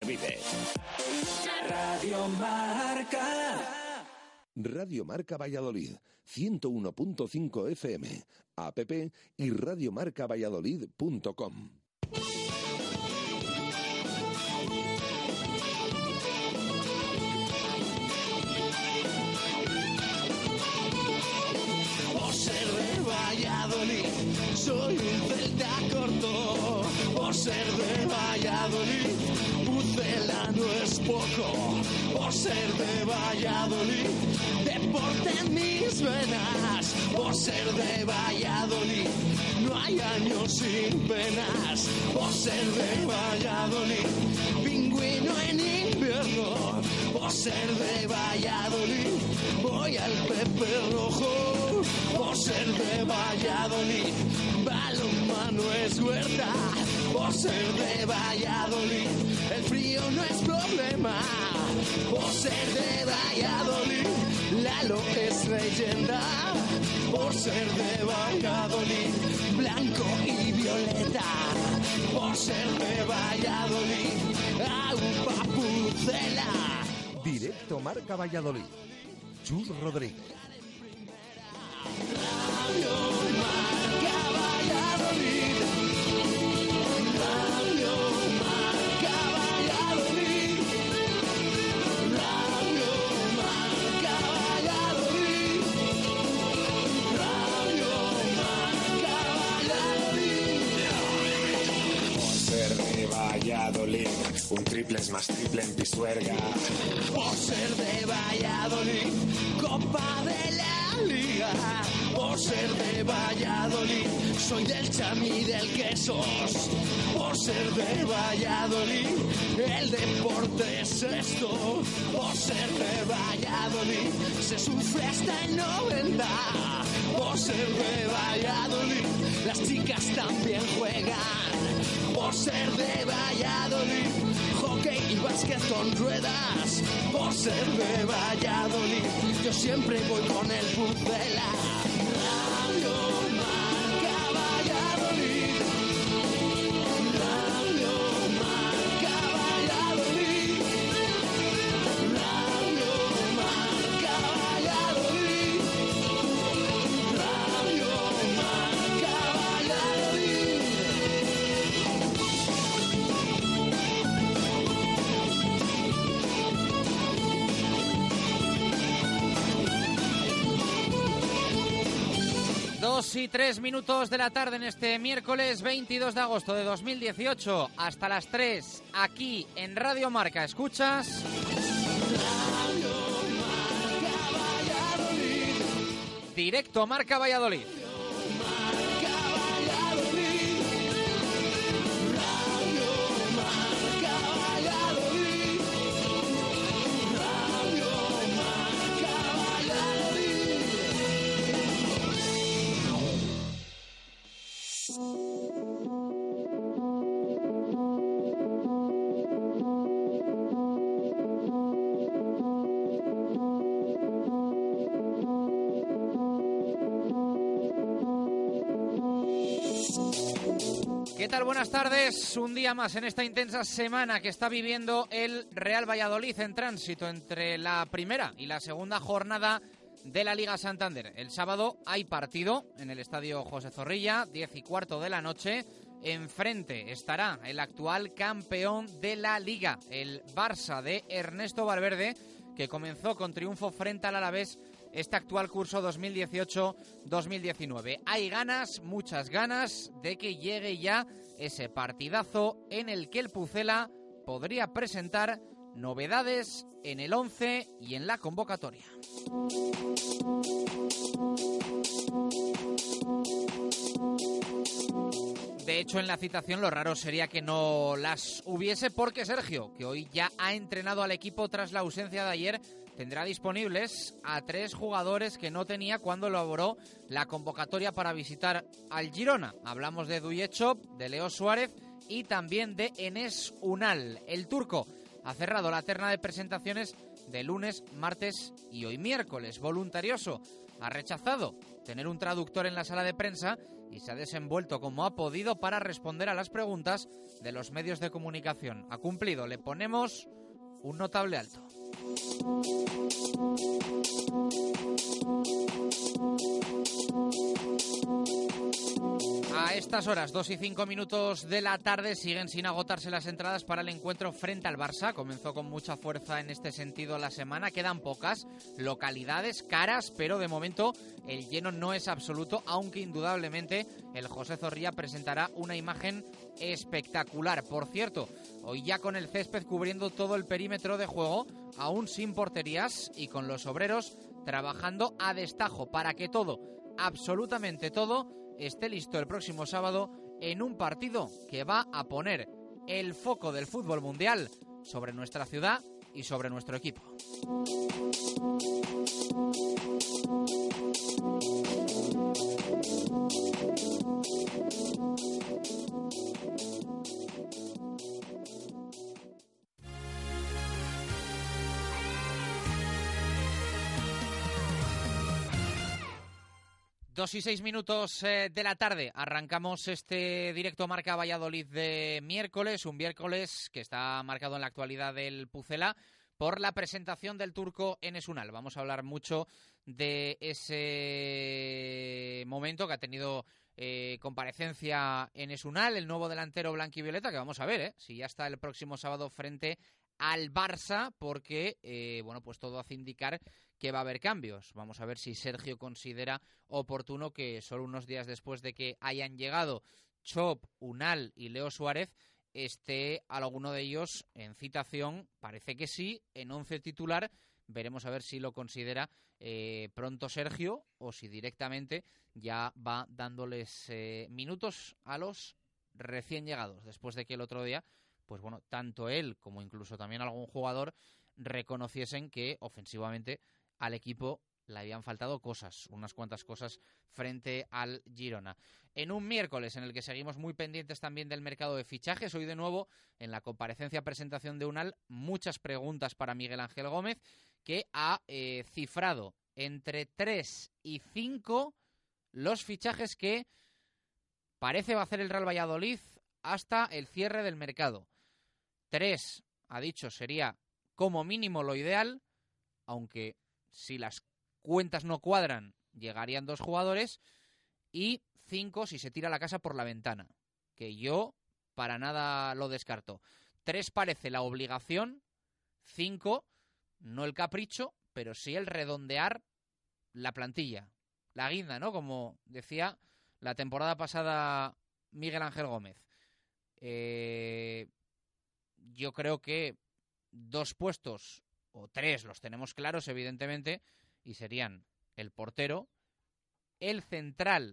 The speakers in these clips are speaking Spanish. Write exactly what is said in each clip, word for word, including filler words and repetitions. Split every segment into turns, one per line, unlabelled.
olvide. Radio Marca.
Radio Marca Valladolid, ciento uno punto cinco F M, app y radiomarcavalladolid punto com.
Por ser de Valladolid, soy un celta corto. Por ser de Valladolid, Pucela no es poco. Por ser de Valladolid, deporte en mis venas. Por ser de Valladolid, no hay años sin penas. Por ser de Valladolid, pingüino en invierno. Por ser de Valladolid, voy al Pepe Rojo. Por ser de Valladolid, balonmano es huerta. Por ser de Valladolid, el frío no es problema. Por ser de Valladolid, Lalo es leyenda. Por ser de Valladolid, blanco y violeta. Por ser de Valladolid, Aupa Pucela.
Directo Marca Valladolid. Chus Rodríguez.
Radio Marca Valladolid. Radio Marca Valladolid. Radio Marca Valladolid. Radio Marca Valladolid.
Por ser de Valladolid, un triple es más triple en Pisuerga.
Por ser de Valladolid, Copa de la Liga. Por ser de Valladolid, soy del Chami del Quesos. Por ser de Valladolid, el deporte es esto. Por ser de Valladolid, se sufre hasta el noventa. Por ser de Valladolid, las chicas también juegan. Por ser de Valladolid, hockey y básquet con ruedas. Por ser de Valladolid, yo siempre voy con el Pucela. Radio Marca Valladolid. Radio Marca Valladolid. Radio Marca Valladolid. Radio Marca Valladolid.
Dos y tres minutos de la tarde en este miércoles veintidós de agosto de dos mil dieciocho. Hasta las tres, aquí en Radio Marca. ¿Escuchas?
Radio Marca Valladolid.
Directo Marca Valladolid.
Marca Valladolid. Radio Marca Valladolid. Radio Marca Valladolid.
¿Qué tal? Buenas tardes. Un día más en esta intensa semana que está viviendo el Real Valladolid en tránsito entre la primera y la segunda jornada de la Liga Santander. El sábado hay partido en el Estadio José Zorrilla, diez y cuarto de la noche. Enfrente estará el actual campeón de la Liga, el Barça de Ernesto Valverde, que comenzó con triunfo frente al Alavés este actual curso dos mil dieciocho dos mil diecinueve. Hay ganas, muchas ganas, de que llegue ya ese partidazo en el que el Pucela podría presentar novedades en el once y en la convocatoria. De hecho, en la citación lo raro sería que no las hubiese, porque Sergio, que hoy ya ha entrenado al equipo tras la ausencia de ayer, tendrá disponibles a tres jugadores que no tenía cuando elaboró la convocatoria para visitar al Girona. Hablamos de Duyechov, de Leo Suárez y también de Enes Unal. El turco ha cerrado la terna de presentaciones de lunes, martes y hoy miércoles. Voluntarioso ha rechazado tener un traductor en la sala de prensa y se ha desenvuelto como ha podido para responder a las preguntas de los medios de comunicación. Ha cumplido, le ponemos un notable alto. A estas horas, dos y cinco minutos de la tarde, siguen sin agotarse las entradas para el encuentro frente al Barça. Comenzó con mucha fuerza en este sentido la semana. Quedan pocas localidades caras, pero de momento el lleno no es absoluto, aunque indudablemente el José Zorrilla presentará una imagen espectacular. Por cierto, hoy ya con el césped cubriendo todo el perímetro de juego, aún sin porterías y con los obreros trabajando a destajo para que todo, absolutamente todo, esté listo el próximo sábado en un partido que va a poner el foco del fútbol mundial sobre nuestra ciudad y sobre nuestro equipo. Dos y seis minutos eh, de la tarde, arrancamos este directo Marca Valladolid de miércoles, un miércoles que está marcado en la actualidad del Pucela por la presentación del turco Enes Unal. Vamos a hablar mucho de ese momento que ha tenido eh, comparecencia Enes Unal, el nuevo delantero blanquivioleta, que vamos a ver eh, si ya está el próximo sábado frente al Barça, porque eh, bueno, pues todo hace indicar que va a haber cambios. Vamos a ver si Sergio considera oportuno que solo unos días después de que hayan llegado Chop, Unal y Leo Suárez esté alguno de ellos en citación. Parece que sí, en once titular. Veremos a ver si lo considera eh, pronto Sergio o si directamente ya va dándoles eh, minutos a los recién llegados, después de que el otro día, pues bueno, tanto él como incluso también algún jugador reconociesen que ofensivamente al equipo le habían faltado cosas, unas cuantas cosas frente al Girona. En un miércoles en el que seguimos muy pendientes también del mercado de fichajes, hoy de nuevo en la comparecencia presentación de Unal, muchas preguntas para Miguel Ángel Gómez, que ha eh, cifrado entre tres y cinco los fichajes que parece va a hacer el Real Valladolid hasta el cierre del mercado. Tres, ha dicho, sería como mínimo lo ideal, aunque si las cuentas no cuadran, llegarían dos jugadores, y cinco si se tira la casa por la ventana, que yo para nada lo descarto. Tres parece la obligación, cinco no el capricho, pero sí el redondear la plantilla, la guinda, ¿no? Como decía la temporada pasada Miguel Ángel Gómez. Eh, yo creo que dos puestos o tres los tenemos claros, evidentemente, y serían el portero, el central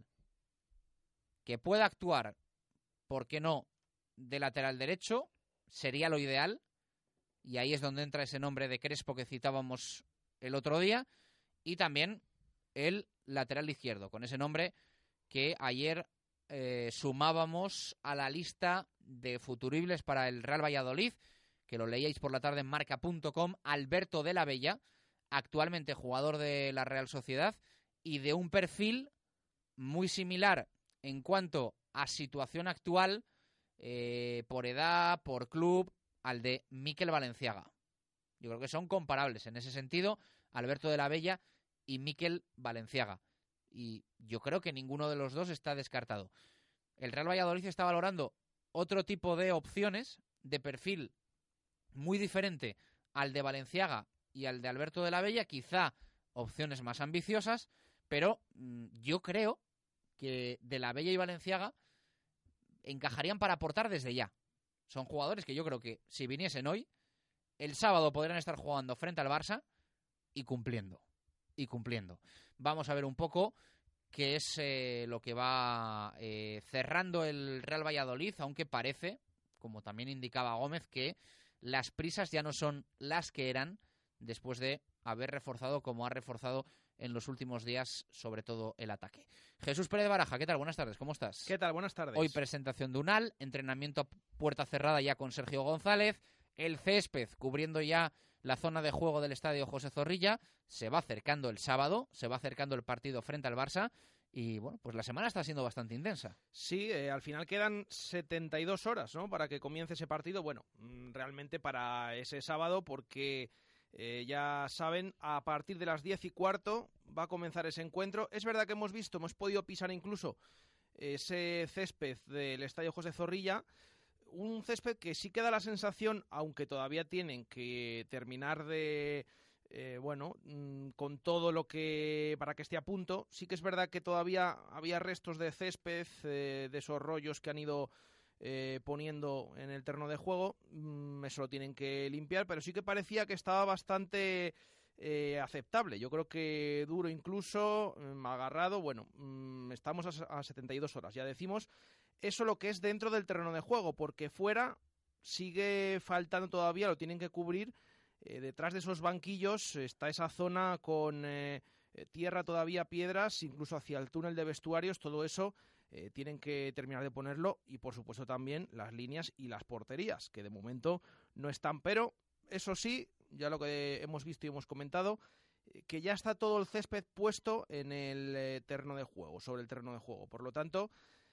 que pueda actuar, ¿por qué no?, de lateral derecho, sería lo ideal, y ahí es donde entra ese nombre de Crespo que citábamos el otro día, y también el lateral izquierdo, con ese nombre que ayer eh, sumábamos a la lista de futuribles para el Real Valladolid, que lo leíais por la tarde en marca punto com, Alberto de la Bella, actualmente jugador de la Real Sociedad y de un perfil muy similar en cuanto a situación actual, eh, por edad, por club, al de Mikel Valenciaga. Yo creo que son comparables en ese sentido, Alberto de la Bella y Mikel Valenciaga. Y yo creo que ninguno de los dos está descartado. El Real Valladolid está valorando otro tipo de opciones de perfil muy diferente al de Valenciaga y al de Alberto de la Bella, quizá opciones más ambiciosas, pero mmm, yo creo que de la Bella y Valenciaga encajarían para aportar desde ya. Son jugadores que yo creo que si viniesen hoy, el sábado podrían estar jugando frente al Barça y cumpliendo, y cumpliendo. Vamos a ver un poco qué es eh, lo que va eh, cerrando el Real Valladolid, aunque parece, como también indicaba Gómez, que las prisas ya no son las que eran después de haber reforzado como ha reforzado en los últimos días, sobre todo el ataque. Jesús Pérez Baraja, ¿qué tal? Buenas tardes, ¿cómo estás?
¿Qué tal? Buenas tardes.
Hoy presentación de Unal, entrenamiento a puerta cerrada ya con Sergio González, el césped cubriendo ya la zona de juego del estadio José Zorrilla, se va acercando el sábado, se va acercando el partido frente al Barça Y bueno, pues la semana está siendo bastante intensa.
Sí, eh, al final quedan setenta y dos horas, ¿no?, para que comience ese partido. Bueno, realmente para ese sábado, porque eh, ya saben, a partir de las diez y cuarto va a comenzar ese encuentro. Es verdad que hemos visto, hemos podido pisar incluso ese césped del Estadio José Zorrilla, un césped que sí queda la sensación, aunque todavía tienen que terminar de... Eh, bueno, mmm, con todo lo que para que esté a punto, sí que es verdad que todavía había restos de césped, eh, de esos rollos que han ido eh, poniendo en el terreno de juego, mmm, eso lo tienen que limpiar, pero sí que parecía que estaba bastante eh, aceptable. Yo creo que duro incluso, mmm, agarrado. Bueno, mmm, estamos a, a setenta y dos horas, ya decimos, eso lo que es dentro del terreno de juego, porque fuera sigue faltando todavía, lo tienen que cubrir. Eh, detrás de esos banquillos está esa zona con eh, tierra todavía, piedras, incluso hacia el túnel de vestuarios, todo eso eh, tienen que terminar de ponerlo, y por supuesto también las líneas y las porterías, que de momento no están, pero eso sí, ya lo que hemos visto y hemos comentado, eh, que ya está todo el césped puesto en el eh, terreno de juego, sobre el terreno de juego, por lo tanto,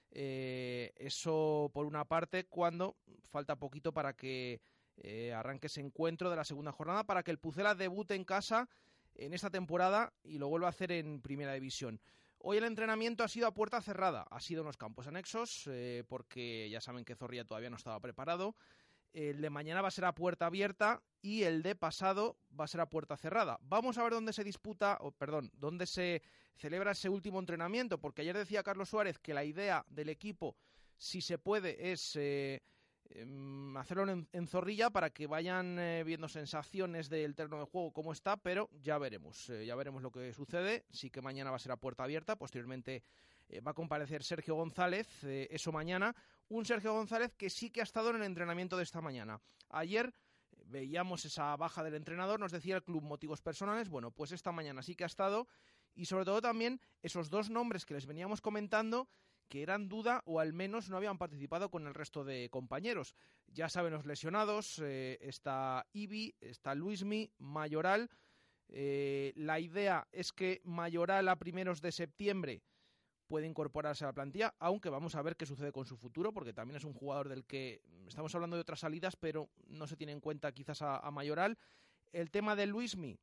eh, eso por una parte, cuando falta poquito para que Eh, arranque ese encuentro de la segunda jornada, para que el Pucela debute en casa en esta temporada y lo vuelva a hacer en Primera División. Hoy el entrenamiento ha sido a puerta cerrada, ha sido en los campos anexos, eh, porque ya saben que Zorrilla todavía no estaba preparado. El de mañana va a ser a puerta abierta y el de pasado va a ser a puerta cerrada. Vamos a ver dónde se disputa, o perdón, dónde se celebra ese último entrenamiento, porque ayer decía Carlos Suárez que la idea del equipo, si se puede, es eh, hacerlo en, en Zorrilla, para que vayan eh, viendo sensaciones del terreno de juego, cómo está, pero ya veremos, eh, ya veremos lo que sucede. Sí que mañana va a ser a puerta abierta, posteriormente eh, va a comparecer Sergio González, eh, eso mañana, un Sergio González que sí que ha estado en el entrenamiento de esta mañana. Ayer eh, veíamos esa baja del entrenador, nos decía el club motivos personales, bueno, pues esta mañana sí que ha estado, y sobre todo también esos dos nombres que les veníamos comentando, que eran duda o al menos no habían participado con el resto de compañeros. Ya saben los lesionados, eh, está Ibi, está Luismi, Mayoral. Eh, la idea es que Mayoral a primeros de septiembre puede incorporarse a la plantilla, aunque vamos a ver qué sucede con su futuro, porque también es un jugador del que estamos hablando de otras salidas, pero no se tiene en cuenta quizás a, a Mayoral. El tema de Luismi,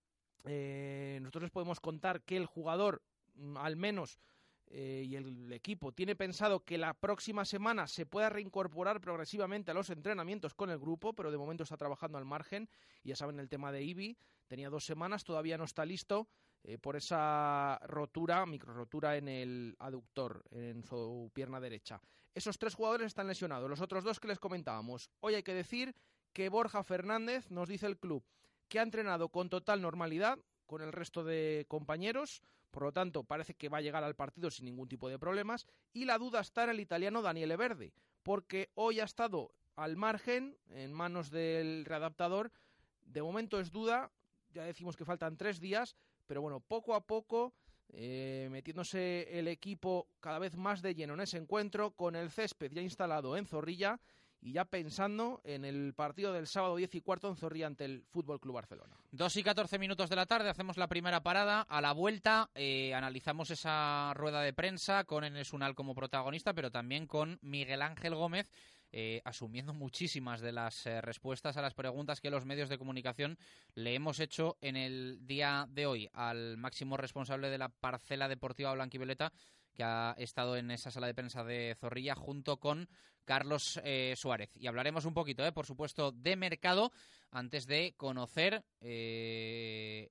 eh, nosotros les podemos contar que el jugador, al menos... Eh, y el equipo tiene pensado que la próxima semana se pueda reincorporar progresivamente a los entrenamientos con el grupo, pero de momento está trabajando al margen. Y ya saben el tema de Ibi, tenía dos semanas, todavía no está listo eh, por esa rotura, micro rotura en el aductor, en su pierna derecha. Esos tres jugadores están lesionados, los otros dos que les comentábamos. Hoy hay que decir que Borja Fernández, nos dice el club, que ha entrenado con total normalidad con el resto de compañeros, por lo tanto parece que va a llegar al partido sin ningún tipo de problemas, y la duda está en el italiano Daniele Verde, porque hoy ha estado al margen, en manos del readaptador. De momento es duda, ya decimos que faltan tres días, pero bueno, poco a poco, eh, metiéndose el equipo cada vez más de lleno en ese encuentro, con el césped ya instalado en Zorrilla, y ya pensando en el partido del sábado diez y cuarto en Zorrilla ante el Fútbol Club Barcelona.
Dos y catorce minutos de la tarde, hacemos la primera parada. A la vuelta eh, analizamos esa rueda de prensa con Enes Unal como protagonista, pero también con Miguel Ángel Gómez, eh, asumiendo muchísimas de las eh, respuestas a las preguntas que los medios de comunicación le hemos hecho en el día de hoy al máximo responsable de la parcela deportiva blanquivioleta, que ha estado en esa sala de prensa de Zorrilla junto con Carlos eh, Suárez. Y hablaremos un poquito, eh, por supuesto, de mercado, antes de conocer eh,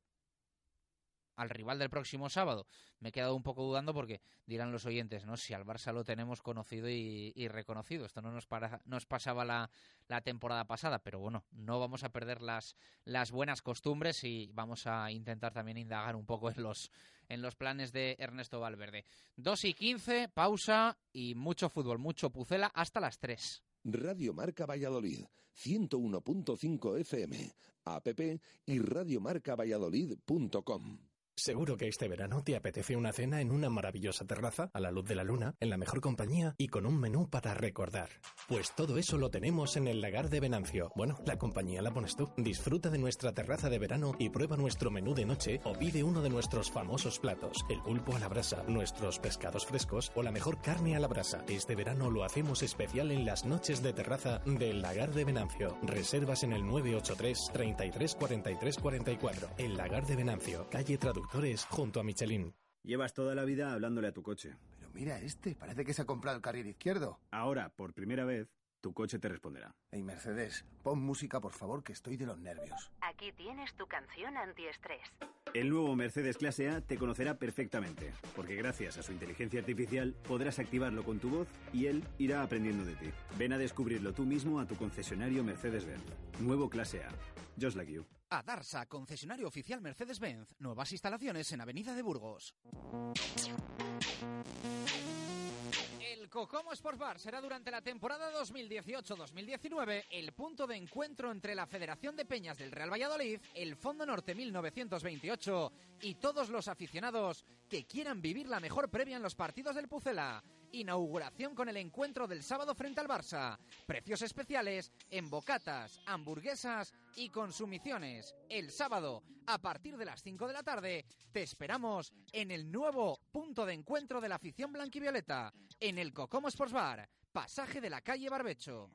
al rival del próximo sábado. Me he quedado un poco dudando porque dirán los oyentes, ¿no? Si al Barça lo tenemos conocido y, y reconocido. Esto no nos, para, nos pasaba la, la temporada pasada, pero bueno, no vamos a perder las, las buenas costumbres y vamos a intentar también indagar un poco en los, en los planes de Ernesto Valverde. dos y quince, pausa y mucho fútbol, mucho Pucela hasta las tres.
Radio Marca Valladolid, ciento uno punto cinco F M, app y radiomarcavalladolid punto com.
Seguro que este verano te apetece una cena en una maravillosa terraza, a la luz de la luna, en la mejor compañía y con un menú para recordar. Pues todo eso lo tenemos en el Lagar de Venancio. Bueno, la compañía la pones tú. Disfruta de nuestra terraza de verano y prueba nuestro menú de noche o pide uno de nuestros famosos platos, el pulpo a la brasa, nuestros pescados frescos o la mejor carne a la brasa. Este verano lo hacemos especial en las noches de terraza del Lagar de Venancio. Reservas en el nueve ocho tres, treinta y tres, cuarenta y tres, cuarenta y cuatro. El Lagar de Venancio, calle Traductores, junto a Michelin.
Llevas toda la vida hablándole a tu coche.
Pero mira este, parece que se ha comprado el carril izquierdo.
Ahora, por primera vez, tu coche te responderá.
Hey, Mercedes, pon música, por favor, que estoy de los nervios.
Aquí tienes tu canción antiestrés.
El nuevo Mercedes Clase A te conocerá perfectamente, porque gracias a su inteligencia artificial podrás activarlo con tu voz y él irá aprendiendo de ti. Ven a descubrirlo tú mismo a tu concesionario Mercedes-Benz. Nuevo Clase A. Just like you.
Adarsa, concesionario oficial Mercedes-Benz. Nuevas instalaciones en Avenida de Burgos.
El Cocomo Sports Bar será durante la temporada dos mil dieciocho dos mil diecinueve el punto de encuentro entre la Federación de Peñas del Real Valladolid, el Fondo Norte mil novecientos veintiocho y todos los aficionados que quieran vivir la mejor previa en los partidos del Pucela. Inauguración con el encuentro del sábado frente al Barça. Precios especiales en bocatas, hamburguesas y consumiciones. El sábado, a partir de las cinco de la tarde, te esperamos en el nuevo punto de encuentro de la afición blanquivioleta, en el Cocomo Sports Bar, pasaje de la calle Barbecho.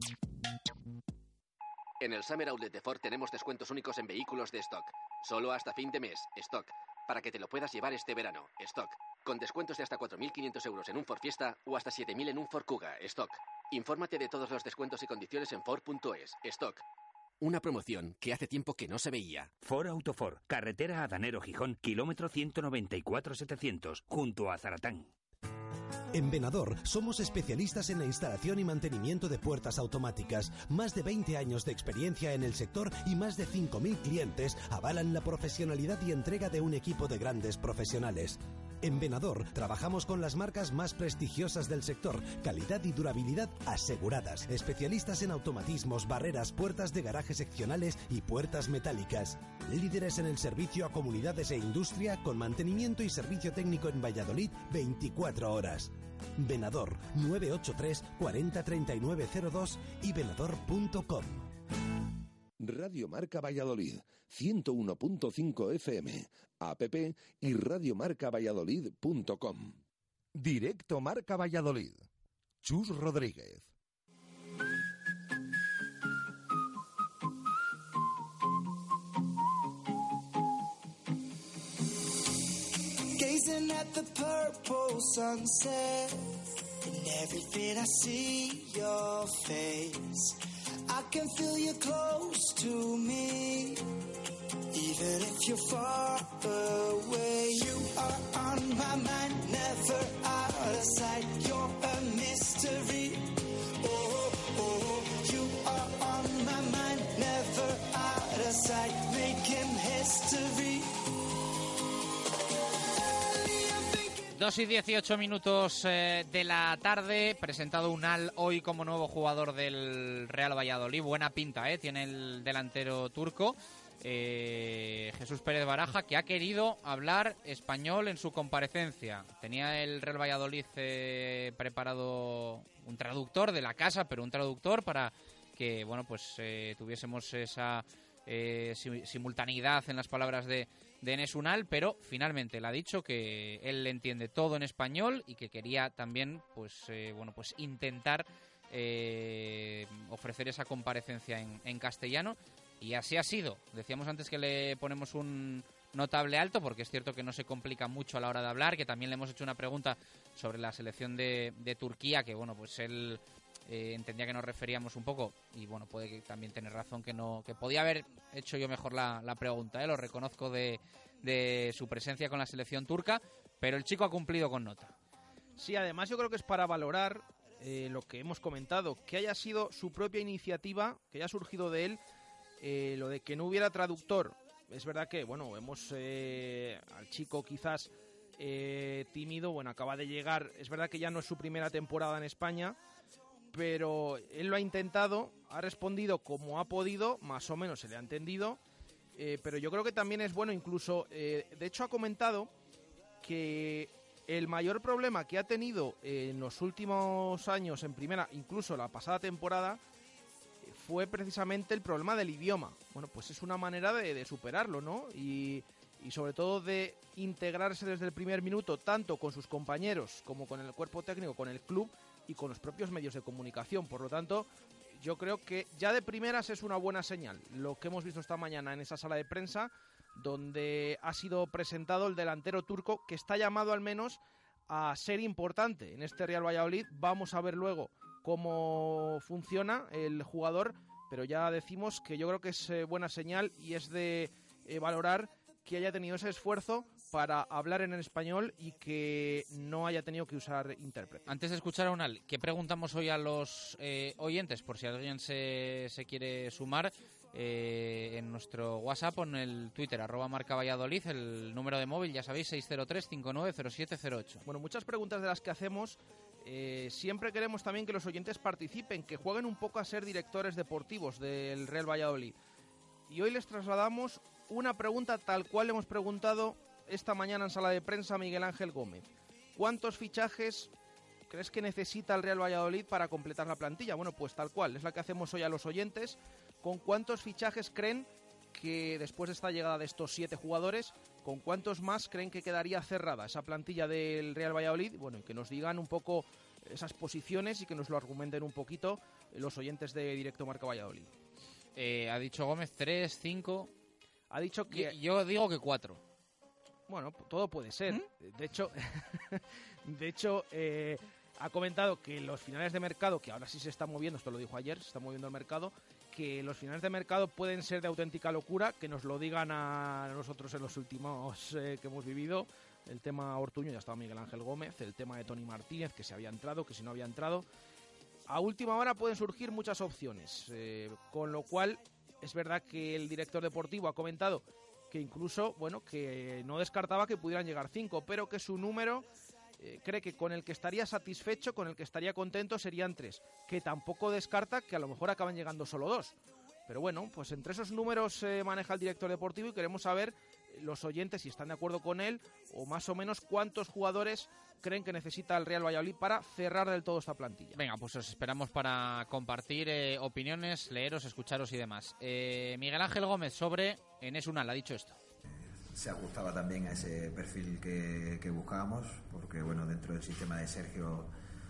En el Summer Outlet de Ford tenemos descuentos únicos en vehículos de stock. Solo hasta fin de mes, stock. Para que te lo puedas llevar este verano, stock. Con descuentos de hasta cuatro mil quinientos euros en un Ford Fiesta o hasta siete mil en un Ford Kuga, stock. Infórmate de todos los descuentos y condiciones en Ford punto es, stock. Una promoción que hace tiempo que no se veía.
Ford Autofor, carretera Adanero Gijón, kilómetro ciento noventa y cuatro setecientos, junto a Zaratán.
En Venador somos especialistas en la instalación y mantenimiento de puertas automáticas. Más de veinte años de experiencia en el sector y más de cinco mil clientes avalan la profesionalidad y entrega de un equipo de grandes profesionales. En Venador trabajamos con las marcas más prestigiosas del sector, calidad y durabilidad aseguradas. Especialistas en automatismos, barreras, puertas de garaje seccionales y puertas metálicas. Líderes en el servicio a comunidades e industria con mantenimiento y servicio técnico en Valladolid veinticuatro horas. Venador nueve ocho tres, cuarenta, treinta y nueve cero dos y venador punto com.
Radio Marca Valladolid, ciento uno punto cinco F M, app y radiomarcavalladolid punto com. Directo Marca Valladolid. Chus Rodríguez.
Gazing at the purple sunset, in everything I see your face. I can feel you close to me, even if you're far away. You are on my mind, never out of sight. You're a mystery. Oh, oh, you are on my mind, never out of sight. Making history.
dos y dieciocho minutos eh, de la tarde, presentado Unal hoy como nuevo jugador del Real Valladolid. Buena pinta, ¿eh? Tiene el delantero turco, eh, Jesús Pérez Baraja, que ha querido hablar español en su comparecencia. Tenía el Real Valladolid eh, preparado un traductor de la casa, pero un traductor para que, bueno, pues eh, tuviésemos esa eh, simultaneidad en las palabras de de Enes Unal, pero finalmente le ha dicho que él entiende todo en español y que quería también, pues, eh, bueno, pues intentar eh, ofrecer esa comparecencia en, en castellano, y así ha sido. Decíamos antes que le ponemos un notable alto, porque es cierto que no se complica mucho a la hora de hablar, que también le hemos hecho una pregunta sobre la selección de, de Turquía, que bueno, pues él Eh, entendía que nos referíamos un poco, y bueno, puede que también tener razón, que no que podía haber hecho yo mejor la, la pregunta, ¿eh? Lo reconozco de, de su presencia con la selección turca, pero el chico ha cumplido con nota.
Sí, además yo creo que es para valorar eh, lo que hemos comentado, que haya sido su propia iniciativa, que haya surgido de él, eh, lo de que no hubiera traductor. Es verdad que, bueno, vemos eh, al chico quizás eh, tímido, bueno, acaba de llegar, es verdad que ya no es su primera temporada en España, pero él lo ha intentado, ha respondido como ha podido, más o menos se le ha entendido. eh, pero yo creo que también es bueno incluso, eh, de hecho ha comentado que el mayor problema que ha tenido en los últimos años en primera, incluso la pasada temporada, fue precisamente el problema del idioma. Bueno, pues es una manera de, de superarlo, ¿no? Y, y sobre todo de integrarse desde el primer minuto, tanto con sus compañeros como con el cuerpo técnico, con el club y con los propios medios de comunicación. Por lo tanto, yo creo que ya de primeras es una buena señal lo que hemos visto esta mañana en esa sala de prensa, donde ha sido presentado el delantero turco, que está llamado al menos a ser importante en este Real Valladolid. Vamos a ver luego cómo funciona el jugador, pero ya decimos que yo creo que es eh, buena señal y es de eh, valorar que haya tenido ese esfuerzo para hablar en español y que no haya tenido que usar intérprete.
Antes de escuchar a Unal, ¿qué preguntamos hoy a los eh, oyentes? Por si alguien se, se quiere sumar, eh, en nuestro WhatsApp o en el Twitter, arroba Marca Valladolid, el número de móvil, ya sabéis, seis cero tres, cinco nueve cero siete cero ocho.
Bueno, muchas preguntas de las que hacemos, eh, siempre queremos también que los oyentes participen, que jueguen un poco a ser directores deportivos del Real Valladolid. Y hoy les trasladamos una pregunta tal cual le hemos preguntado esta mañana en sala de prensa a Miguel Ángel Gómez. ¿Cuántos fichajes crees que necesita el Real Valladolid para completar la plantilla? Bueno, pues tal cual, es la que hacemos hoy a los oyentes. ¿Con cuántos fichajes creen que después de esta llegada de estos siete jugadores, con cuántos más creen que quedaría cerrada esa plantilla del Real Valladolid? Bueno, y que nos digan un poco esas posiciones y que nos lo argumenten un poquito los oyentes de Directo Marca Valladolid.
Eh, ha dicho Gómez tres, cinco...
Ha dicho que...
Yo digo que cuatro.
Bueno, todo puede ser.
¿Mm?
De hecho, de hecho eh, ha comentado que los finales de mercado, que ahora sí se está moviendo, esto lo dijo ayer, se está moviendo el mercado, que los finales de mercado pueden ser de auténtica locura, que nos lo digan a nosotros en los últimos eh, que hemos vivido. El tema Ortuño, ya estaba Miguel Ángel Gómez, el tema de Tony Martínez, que se había entrado, que si no había entrado. A última hora pueden surgir muchas opciones, eh, con lo cual es verdad que el director deportivo ha comentado que incluso, bueno, que no descartaba que pudieran llegar cinco, pero que su número eh, cree que con el que estaría satisfecho, con el que estaría contento serían tres, que tampoco descarta que a lo mejor acaban llegando solo dos. Pero bueno, pues entre esos números se eh, maneja el director deportivo y queremos saber eh, los oyentes si están de acuerdo con él o más o menos cuántos jugadores creen que necesita el Real Valladolid para cerrar del todo esta plantilla.
Venga, pues os esperamos para compartir eh, opiniones, leeros, escucharos y demás. Eh, Miguel Ángel Gómez sobre Enes Unal ha dicho esto.
Se ajustaba también a ese perfil que, que buscábamos, porque bueno, dentro del sistema de Sergio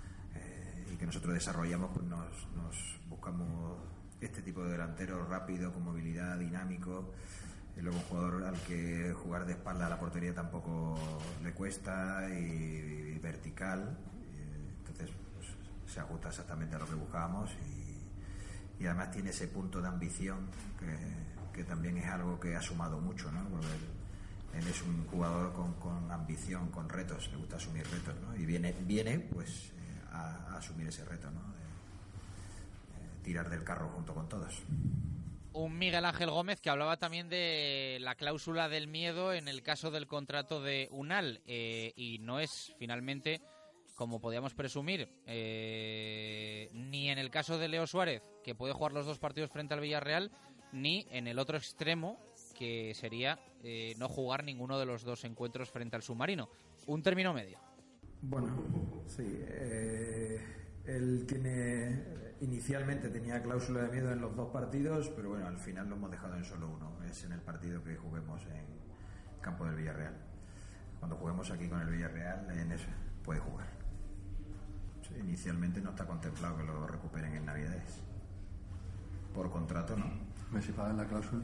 eh, y que nosotros desarrollamos, pues nos, nos buscamos este tipo de delantero rápido, con movilidad, dinámico. Y luego un jugador al que jugar de espalda a la portería tampoco le cuesta, y, y vertical. Y entonces pues, se ajusta exactamente a lo que buscábamos, y, y además tiene ese punto de ambición que, que también es algo que ha sumado mucho, ¿no? Porque él, él es un jugador con, con ambición, con retos, le gusta asumir retos, ¿no? Y viene, viene pues eh, a, a asumir ese reto, ¿no? De, de tirar del carro junto con todos.
Un Miguel Ángel Gómez que hablaba también de la cláusula del miedo en el caso del contrato de Unal, eh, y no es finalmente, como podíamos presumir, eh, ni en el caso de Leo Suárez, que puede jugar los dos partidos frente al Villarreal, ni en el otro extremo, que sería eh, no jugar ninguno de los dos encuentros frente al Submarino. Un término medio.
Bueno, sí, eh, él tiene... Inicialmente tenía cláusula de miedo en los dos partidos,
pero bueno, al final lo hemos dejado en solo uno. Es en el partido que juguemos en campo del Villarreal. Cuando juguemos aquí con el Villarreal, en eso puede jugar. Sí, inicialmente no está contemplado que lo recuperen en Navidades. Por contrato, no.
¿Me si pagan la cláusula?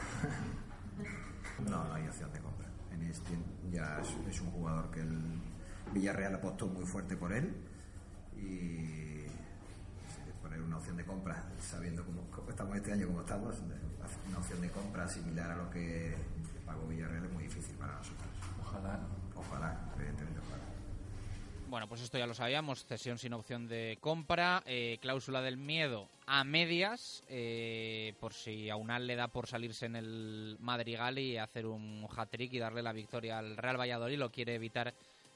No, no hay opción de compra. En este ya es, es un jugador que el Villarreal apostó muy fuerte por él, y poner una opción de compra, sabiendo cómo, cómo estamos este año, como estamos, una opción de compra similar a lo que pagó Villarreal es muy difícil para nosotros.
Ojalá.
Ojalá, evidentemente, ojalá.
Bueno, pues esto ya lo sabíamos, cesión sin opción de compra, eh, cláusula del miedo a medias, eh, por si a Unal le da por salirse en el Madrigal y hacer un hat-trick y darle la victoria al Real Valladolid, lo quiere evitar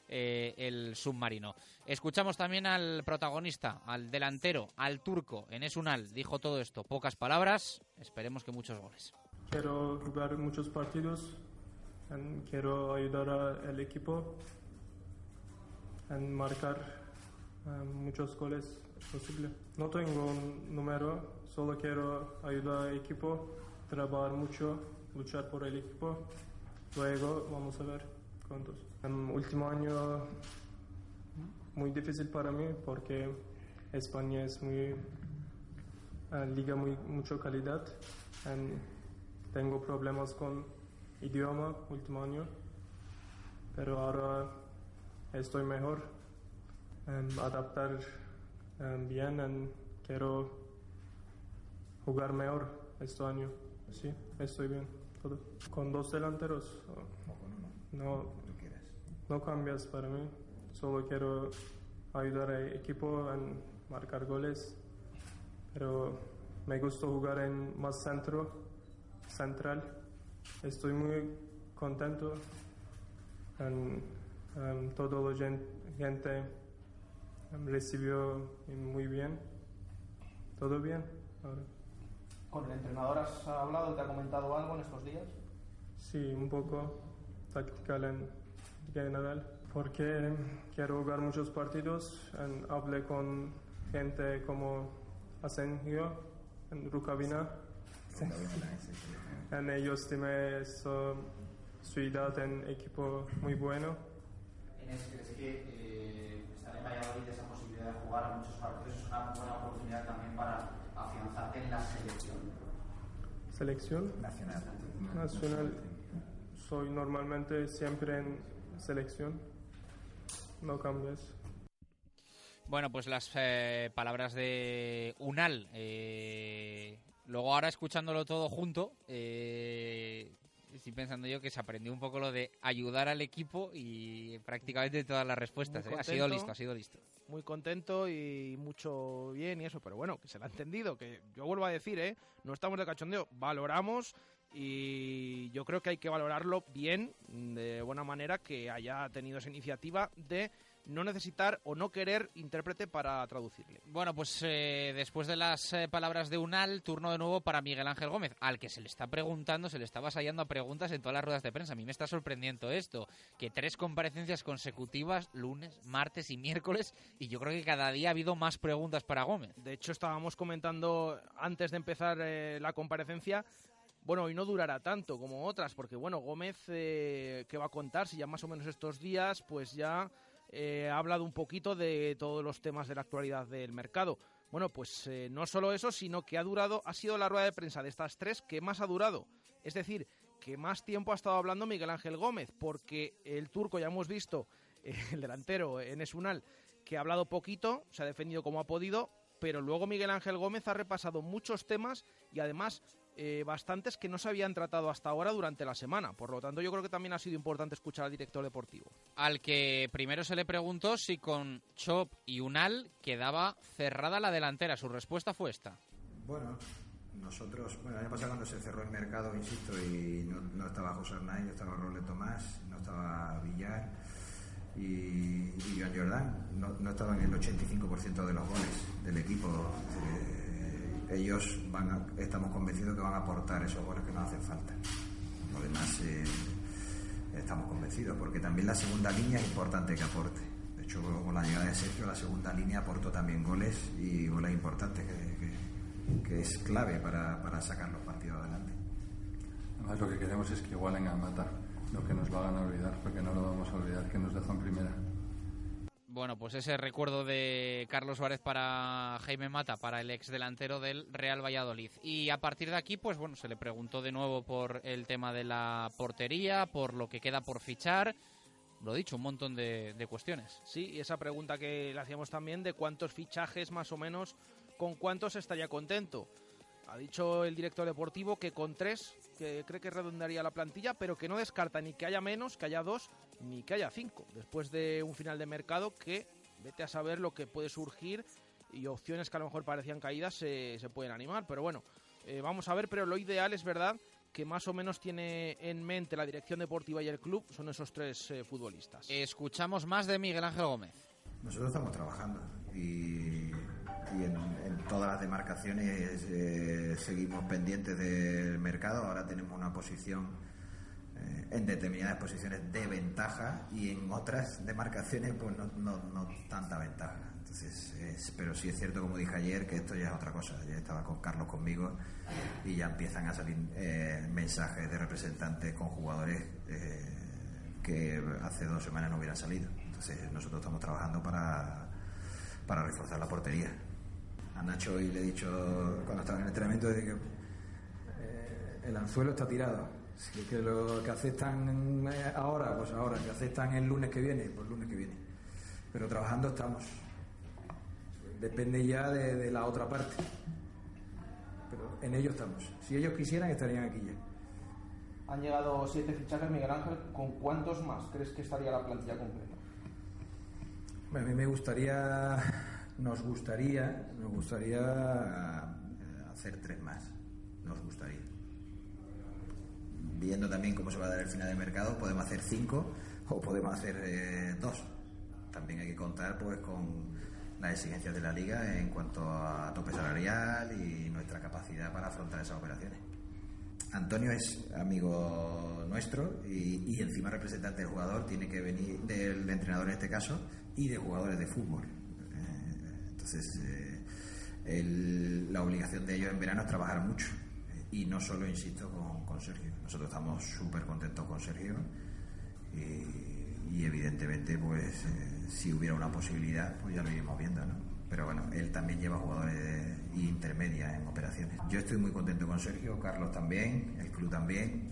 eh, el submarino. Escuchamos también al protagonista, al delantero, al turco, Enes Ünal. Dijo todo esto, pocas palabras, esperemos que muchos goles.
Quiero jugar muchos partidos, y quiero ayudar al equipo a marcar um, muchos goles posible. No tengo un número, solo quiero ayudar al equipo, trabajar mucho, luchar por el equipo. Luego vamos a ver cuántos. El último año muy difícil para mí porque España es muy uh, liga muy mucho calidad. And tengo problemas con idioma último año, pero ahora estoy mejor, um, adaptar um, bien y quiero jugar mejor este año. Sí, estoy bien. Todo. Con dos delanteros, no, no cambias para mí. Solo quiero ayudar al equipo a marcar goles, pero me gusta jugar en más centro, central. Estoy muy contento. And, um, todo la gente um, recibió muy bien. Todo bien ahora.
¿Con el entrenador has hablado? ¿Te ha comentado algo en estos días?
Sí, un poco táctica en general, porque quiero jugar muchos partidos. Y hablé con gente como Asenjo en Rukavina. Y ellos tienen su, su edad en equipo muy bueno.
Enes, ¿crees que eh, estar en Valladolid, esa posibilidad de jugar a muchos partidos, es una buena oportunidad también para afianzarte en la selección?
¿Selección?
Nacional.
Nacional. Soy normalmente siempre en selección. No cambias.
Bueno, pues las eh, palabras de Ünal. Eh, luego ahora escuchándolo todo junto, eh, estoy pensando yo que se aprendió un poco lo de ayudar al equipo y prácticamente todas las respuestas. ¿eh? Ha sido listo, ha sido listo.
Muy contento y mucho bien y eso, pero bueno, que se lo ha entendido, que yo vuelvo a decir, ¿eh? No estamos de cachondeo, valoramos y yo creo que hay que valorarlo bien, de buena manera, que haya tenido esa iniciativa de no necesitar o no querer intérprete para traducirle.
Bueno, pues eh, después de las eh, palabras de Ünal, turno de nuevo para Miguel Ángel Gómez, al que se le está preguntando, se le está avasallando a preguntas en todas las ruedas de prensa. A mí me está sorprendiendo esto, que tres comparecencias consecutivas, lunes, martes y miércoles, y yo creo que cada día ha habido más preguntas para Gómez.
De hecho, estábamos comentando antes de empezar eh, la comparecencia, bueno, hoy no durará tanto como otras, porque bueno, Gómez, eh, ¿qué va a contar? Si ya más o menos estos días, pues ya eh, ha hablado un poquito de todos los temas de la actualidad del mercado. Bueno, pues eh, no solo eso, sino que ha durado, ha sido la rueda de prensa de estas tres que más ha durado. Es decir, que más tiempo ha estado hablando Miguel Ángel Gómez, porque el turco, ya hemos visto, eh, el delantero Enes Ünal, que ha hablado poquito, se ha defendido como ha podido, pero luego Miguel Ángel Gómez ha repasado muchos temas y además eh, bastantes que no se habían tratado hasta ahora durante la semana. Por lo tanto, yo creo que también ha sido importante escuchar al director deportivo.
Al que primero se le preguntó si con Chop y Ünal quedaba cerrada la delantera. Su respuesta fue esta.
Bueno, nosotros, bueno, el año pasado cuando se cerró el mercado, insisto, y no, no estaba José Hernán, no estaba Roble Tomás, no estaba Villar y, y Joan Jordán, no, no estaban en el ochenta y cinco por ciento de los goles del equipo. Eh, ellos van a, estamos convencidos que van a aportar esos goles que nos hacen falta. Lo demás eh, estamos convencidos, porque también la segunda línea es importante que aporte. De hecho, con la llegada de Sergio, la segunda línea aportó también goles y goles importantes que, que, que es clave para, para sacar los partidos adelante.
Además, lo que queremos es que igualen a Mata, lo que nos lo hagan olvidar, porque no lo vamos a olvidar, que nos dejó en primera.
Bueno, pues ese recuerdo de Carlos Suárez para Jaime Mata, para el ex delantero del Real Valladolid. Y a partir de aquí, pues bueno, se le preguntó de nuevo por el tema de la portería, por lo que queda por fichar. Lo dicho, un montón de, de cuestiones.
Sí, y esa pregunta que le hacíamos también de cuántos fichajes más o menos, con cuántos estaría contento. Ha dicho el director deportivo que con tres, que cree que redondearía la plantilla, pero que no descarta ni que haya menos, que haya dos, ni que haya cinco. Después de un final de mercado que, vete a saber lo que puede surgir y opciones que a lo mejor parecían caídas se, se pueden animar. Pero bueno, eh, vamos a ver, pero lo ideal es verdad que más o menos tiene en mente la dirección deportiva y el club son esos tres eh, futbolistas.
Escuchamos más de Miguel Ángel Gómez.
Nosotros estamos trabajando y, y en, en todas las demarcaciones eh, seguimos pendientes del mercado. Ahora tenemos una posición eh, en determinadas posiciones de ventaja y en otras demarcaciones pues no, no, no tanta ventaja. Entonces, es, pero sí es cierto, como dije ayer, que esto ya es otra cosa. Ya estaba con Carlos conmigo y ya empiezan a salir eh, mensajes de representantes con jugadores eh, que hace dos semanas no hubieran salido. Entonces nosotros estamos trabajando para, para reforzar la portería. A Nacho hoy le he dicho, cuando estaba en el entrenamiento, de que eh, el anzuelo está tirado. Si que lo que aceptan ahora, pues ahora, que aceptan el lunes que viene, pues el lunes que viene. Pero trabajando estamos. Depende ya de, de la otra parte. Pero en ello estamos. Si ellos quisieran, estarían aquí ya.
Han llegado siete fichajes, Miguel Ángel. ¿Con cuántos más crees que estaría la plantilla completa?
A mí me gustaría, nos gustaría, nos gustaría
hacer tres más. Nos gustaría. Viendo también cómo se va a dar el final del mercado, podemos hacer cinco o podemos hacer eh, dos. También hay que contar pues con las exigencias de la liga en cuanto a tope salarial y nuestra capacidad para afrontar esas operaciones. Antonio es amigo nuestro y, y encima representante del jugador, tiene que venir del entrenador en este caso y de jugadores de fútbol. Eh, entonces eh, el, la obligación de ellos en verano es trabajar mucho y no solo, insisto, con, con Sergio. Nosotros estamos súper contentos con Sergio y, y evidentemente pues eh, si hubiera una posibilidad pues ya lo iríamos viendo, ¿no? Pero bueno, él también lleva jugadores intermedias en operaciones. Yo estoy muy contento con Sergio, Carlos también, el club también.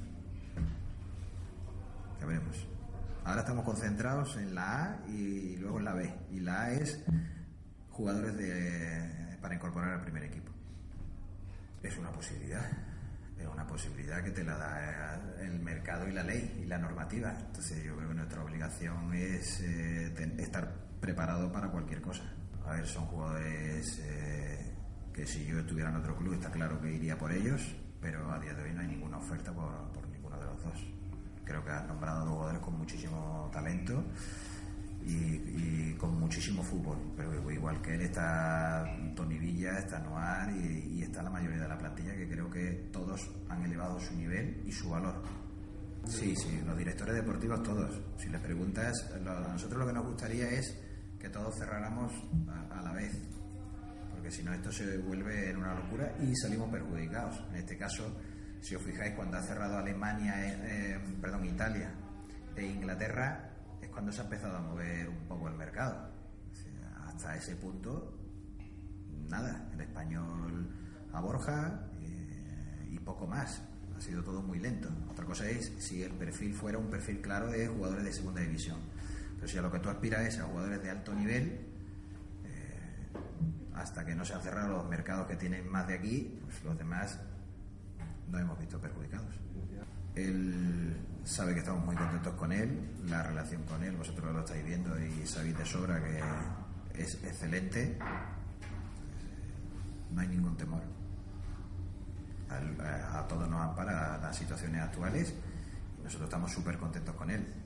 Ya veremos. Ahora estamos concentrados en la A y luego en la B. Y la A es jugadores de, para incorporar al primer equipo. Es una posibilidad. Es una posibilidad que te la da el mercado y la ley y la normativa. Entonces yo creo que nuestra obligación es eh, estar preparado para cualquier cosa. A ver, son jugadores eh, que si yo estuviera en otro club está claro que iría por ellos, pero a día de hoy no hay ninguna oferta por, por ninguno de los dos. Creo que has nombrado dos jugadores con muchísimo talento y, y con muchísimo fútbol, pero igual que él está Tony Villa, está Noir y, y está la mayoría de la plantilla, que creo que todos han elevado su nivel y su valor. Sí, sí, los directores deportivos todos. Si les preguntas, a nosotros lo que nos gustaría es que todos cerráramos a, a la vez, porque si no esto se vuelve en una locura y salimos perjudicados. En este caso, si os fijáis, cuando ha cerrado Alemania, eh, eh, perdón, Italia e Inglaterra, es cuando se ha empezado a mover un poco el mercado. O sea, hasta ese punto, nada, el español a Borja eh, y poco más. Ha sido todo muy lento. Otra cosa es si el perfil fuera un perfil claro de jugadores de segunda división. Pero si a lo que tú aspiras es a jugadores de alto nivel, eh, hasta que no se han cerrado los mercados que tienen más de aquí, pues los demás nos hemos visto perjudicados. Él sabe que estamos muy contentos con él, la relación con él, vosotros lo estáis viendo y sabéis de sobra que es excelente. No hay ningún temor. A, a todos nos ampara las situaciones actuales y nosotros estamos súper contentos con él.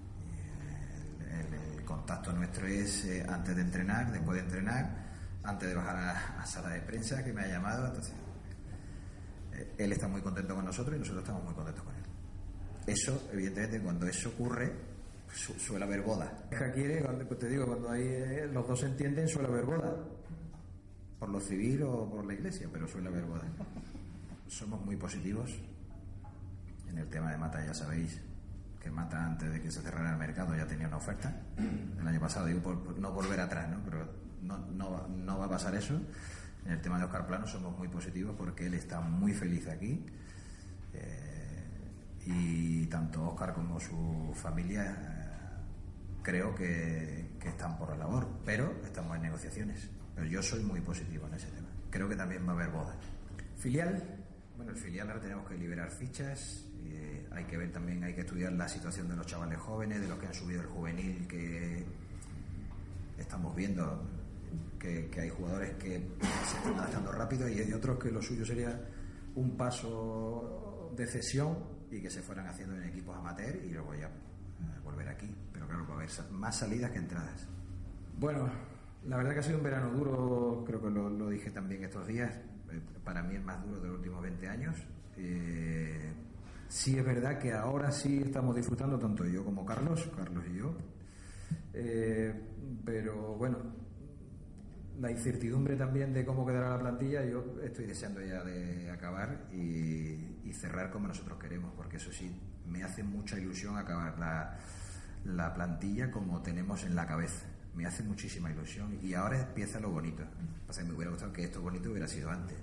El, el contacto nuestro es eh, antes de entrenar, después de entrenar, antes de bajar a, a sala de prensa, que me ha llamado. Entonces eh, él está muy contento con nosotros y nosotros estamos muy contentos con él. Eso, evidentemente, cuando eso ocurre su, suele haber boda.
Quiere, cuando, pues te digo, cuando hay, eh, los dos se entienden, suele haber boda,
por lo civil o por la iglesia, pero suele haber boda. Somos muy positivos en el tema de Mata. Ya sabéis que Mata, antes de que se cerrara el mercado, ya tenía una oferta el año pasado. Digo, por, por no volver atrás, ¿no? Pero no, no, no va a pasar eso. En el tema de Óscar Plano somos muy positivos porque él está muy feliz aquí, eh, y tanto Óscar como su familia eh, creo que, que están por la labor, pero estamos en negociaciones. Pero yo soy muy positivo en ese tema. Creo que también va a haber boda.
¿Filial?
Bueno, el filial ahora tenemos que liberar fichas, eh, hay que ver también, hay que estudiar la situación de los chavales jóvenes, de los que han subido el juvenil, que estamos viendo que, que hay jugadores que se están adaptando rápido y hay otros que lo suyo sería un paso de cesión y que se fueran haciendo en equipos amateur y luego ya eh, volver aquí. Pero claro, va a haber más salidas que entradas. Bueno, la verdad que ha sido un verano duro, creo que lo, lo dije también estos días. Eh, para mí el más duro de los últimos veinte años. Eh, sí es verdad que ahora sí estamos disfrutando, tanto yo como Carlos, Carlos y yo. Eh, pero bueno, la incertidumbre también de cómo quedará la plantilla, yo estoy deseando ya de acabar y, y cerrar como nosotros queremos, porque eso sí, me hace mucha ilusión acabar la, la plantilla como tenemos en la cabeza, me hace muchísima ilusión y ahora empieza lo bonito. O sea, me hubiera gustado que esto bonito hubiera sido antes,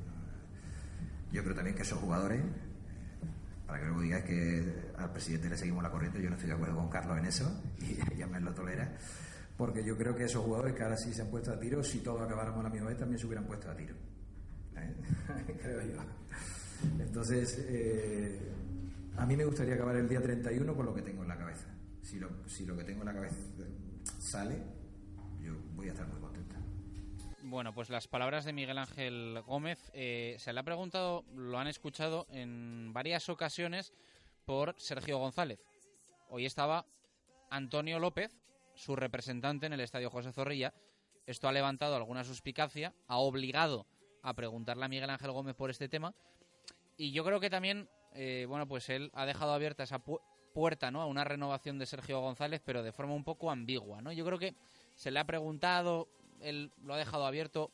¿no? Yo creo también que esos jugadores, para que luego digáis que al presidente le seguimos la corriente, yo no estoy de acuerdo con Carlos en eso y ya me lo tolera, porque yo creo que esos jugadores que ahora sí se han puesto a tiro, si todos acabáramos a la misma vez también se hubieran puesto a tiro, ¿eh? Creo yo. Entonces eh, a mí me gustaría acabar el día treinta y uno con lo que tengo en la cabeza. Si lo, si lo que tengo en la cabeza sale, yo voy a estar muy contenta.
Bueno, pues las palabras de Miguel Ángel Gómez, eh, se le ha preguntado, lo han escuchado en varias ocasiones por Sergio González. Hoy estaba Antonio López, su representante en el Estadio José Zorrilla. Esto ha levantado alguna suspicacia, ha obligado a preguntarle a Miguel Ángel Gómez por este tema, y yo creo que también, eh, bueno, pues él ha dejado abierta esa pu- puerta, ¿no?, a una renovación de Sergio González, pero de forma un poco ambigua, ¿no? Yo creo que se le ha preguntado, él lo ha dejado abierto,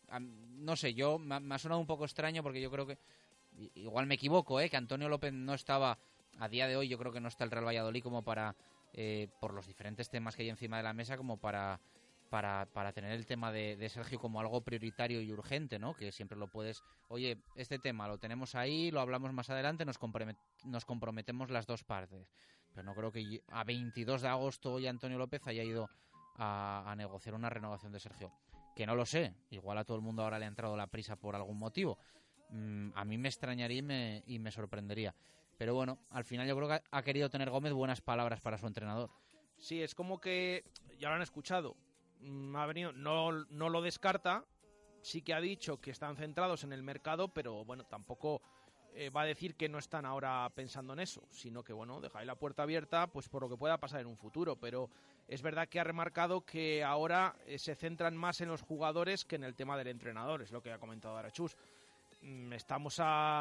no sé, yo me, me ha sonado un poco extraño porque yo creo que, igual me equivoco, ¿eh?, que Antonio López no estaba, a día de hoy yo creo que no está el Real Valladolid como para, eh, por los diferentes temas que hay encima de la mesa, como para para, para tener el tema de, de Sergio como algo prioritario y urgente, ¿no? Que siempre lo puedes, oye, este tema lo tenemos ahí, lo hablamos más adelante, nos, compromet, nos comprometemos las dos partes. Pero no creo que a veintidós de agosto hoy Antonio López haya ido a, a negociar una renovación de Sergio. Que no lo sé, igual a todo el mundo ahora le ha entrado la prisa por algún motivo. Mm, a mí me extrañaría y me, y me sorprendería. Pero bueno, al final yo creo que ha, ha querido tener Gómez buenas palabras para su entrenador.
Sí, es como que ya lo han escuchado. Ha venido, no, no lo descarta, sí que ha dicho que están centrados en el mercado, pero bueno, tampoco eh, va a decir que no están ahora pensando en eso, sino que bueno, deja ahí la puerta abierta pues por lo que pueda pasar en un futuro, pero es verdad que ha remarcado que ahora eh, se centran más en los jugadores que en el tema del entrenador, es lo que ha comentado Arachus. Mm, estamos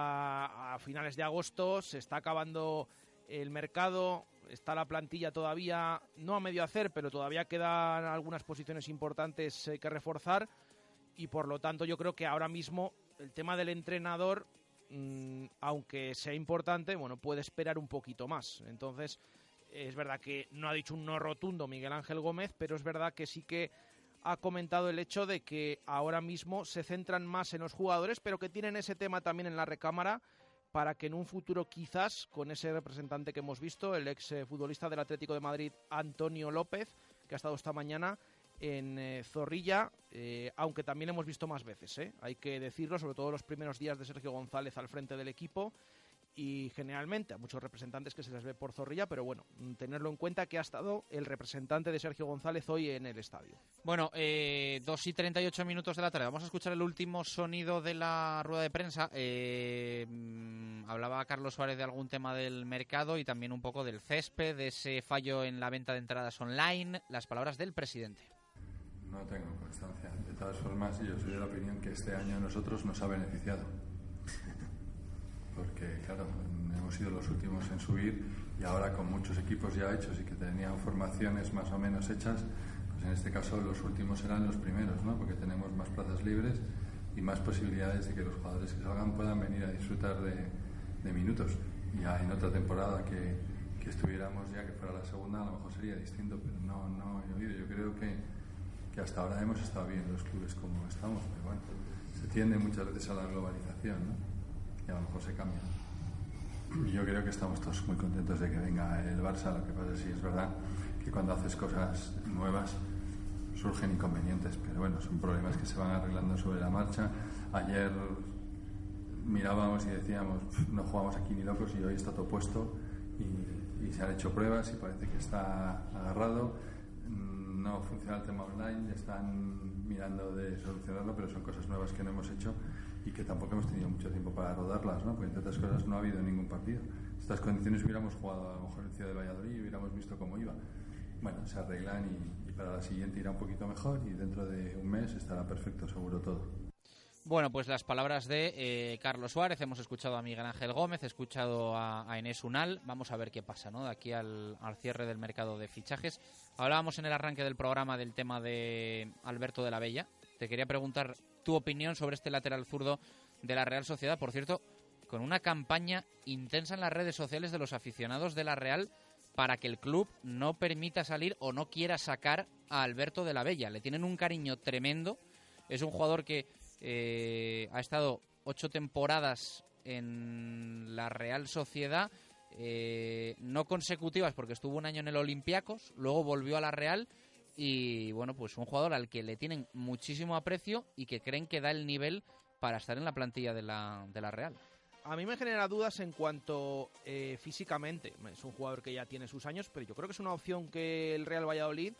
a, a finales de agosto, se está acabando el mercado, está la plantilla todavía no a medio hacer, pero todavía quedan algunas posiciones importantes eh, que reforzar y por lo tanto yo creo que ahora mismo el tema del entrenador, mmm, aunque sea importante, bueno, puede esperar un poquito más. Entonces es verdad que no ha dicho un no rotundo Miguel Ángel Gómez, pero es verdad que sí que ha comentado el hecho de que ahora mismo se centran más en los jugadores, pero que tienen ese tema también en la recámara para que en un futuro quizás con ese representante que hemos visto, el ex futbolista del Atlético de Madrid, Antonio López, que ha estado esta mañana en eh, Zorrilla, eh, aunque también hemos visto más veces, ¿eh? Hay que decirlo, sobre todo los primeros días de Sergio González al frente del equipo y generalmente a muchos representantes que se les ve por Zorrilla, pero bueno, tenerlo en cuenta que ha estado el representante de Sergio González hoy en el estadio.
Bueno, eh, dos y treinta y ocho minutos de la tarde, vamos a escuchar el último sonido de la rueda de prensa. Eh, hablaba Carlos Suárez de algún tema del mercado y también un poco del césped, de ese fallo en la venta de entradas online, las palabras del presidente.
No tengo constancia. De todas formas, yo soy de la opinión que este año a nosotros nos ha beneficiado. Porque, claro, hemos sido los últimos en subir y ahora con muchos equipos ya hechos y que tenían formaciones más o menos hechas, pues en este caso los últimos serán los primeros, ¿no? Porque tenemos más plazas libres y más posibilidades de que los jugadores que salgan puedan venir a disfrutar de, de minutos. Y ya en otra temporada que, que estuviéramos ya, que fuera la segunda, a lo mejor sería distinto, pero no, no he oído. Yo creo que, que hasta ahora hemos estado bien los clubes como estamos, pero bueno, se tiende muchas veces a la globalización, ¿no? Y a lo mejor se cambia. Yo creo que estamos todos muy contentos de que venga el Barça. Lo que pasa es que es verdad que cuando haces cosas nuevas surgen inconvenientes, pero bueno, son problemas que se van arreglando sobre la marcha. Ayer mirábamos y decíamos, no jugamos aquí ni locos, y hoy está todo puesto y, y se han hecho pruebas y parece que está agarrado. No funciona el tema online, están mirando de solucionarlo, pero son cosas nuevas que no hemos hecho y que tampoco hemos tenido mucho tiempo para rodarlas, ¿no? Porque entre otras cosas no ha habido ningún partido. En estas condiciones hubiéramos jugado a lo mejor en Ciudad de Valladolid y hubiéramos visto cómo iba. Bueno, se arreglan y, y para la siguiente irá un poquito mejor y dentro de un mes estará perfecto, seguro todo.
Bueno, pues las palabras de eh, Carlos Suárez, hemos escuchado a Miguel Ángel Gómez, he escuchado a, a Enes Unal, vamos a ver qué pasa, ¿no? De aquí al, al cierre del mercado de fichajes. Hablábamos en el arranque del programa del tema de Alberto de la Bella. Te quería preguntar tu opinión sobre este lateral zurdo de la Real Sociedad, por cierto, con una campaña intensa en las redes sociales de los aficionados de la Real para que el club no permita salir o no quiera sacar a Alberto de la Bella. Le tienen un cariño tremendo, es un jugador que Eh, ha estado ocho temporadas en la Real Sociedad, eh, no consecutivas porque estuvo un año en el Olympiacos, luego volvió a la Real y bueno, pues un jugador al que le tienen muchísimo aprecio y que creen que da el nivel para estar en la plantilla de la, de la Real.
A mí me genera dudas en cuanto eh, físicamente. Es un jugador que ya tiene sus años, pero yo creo que es una opción que el Real Valladolid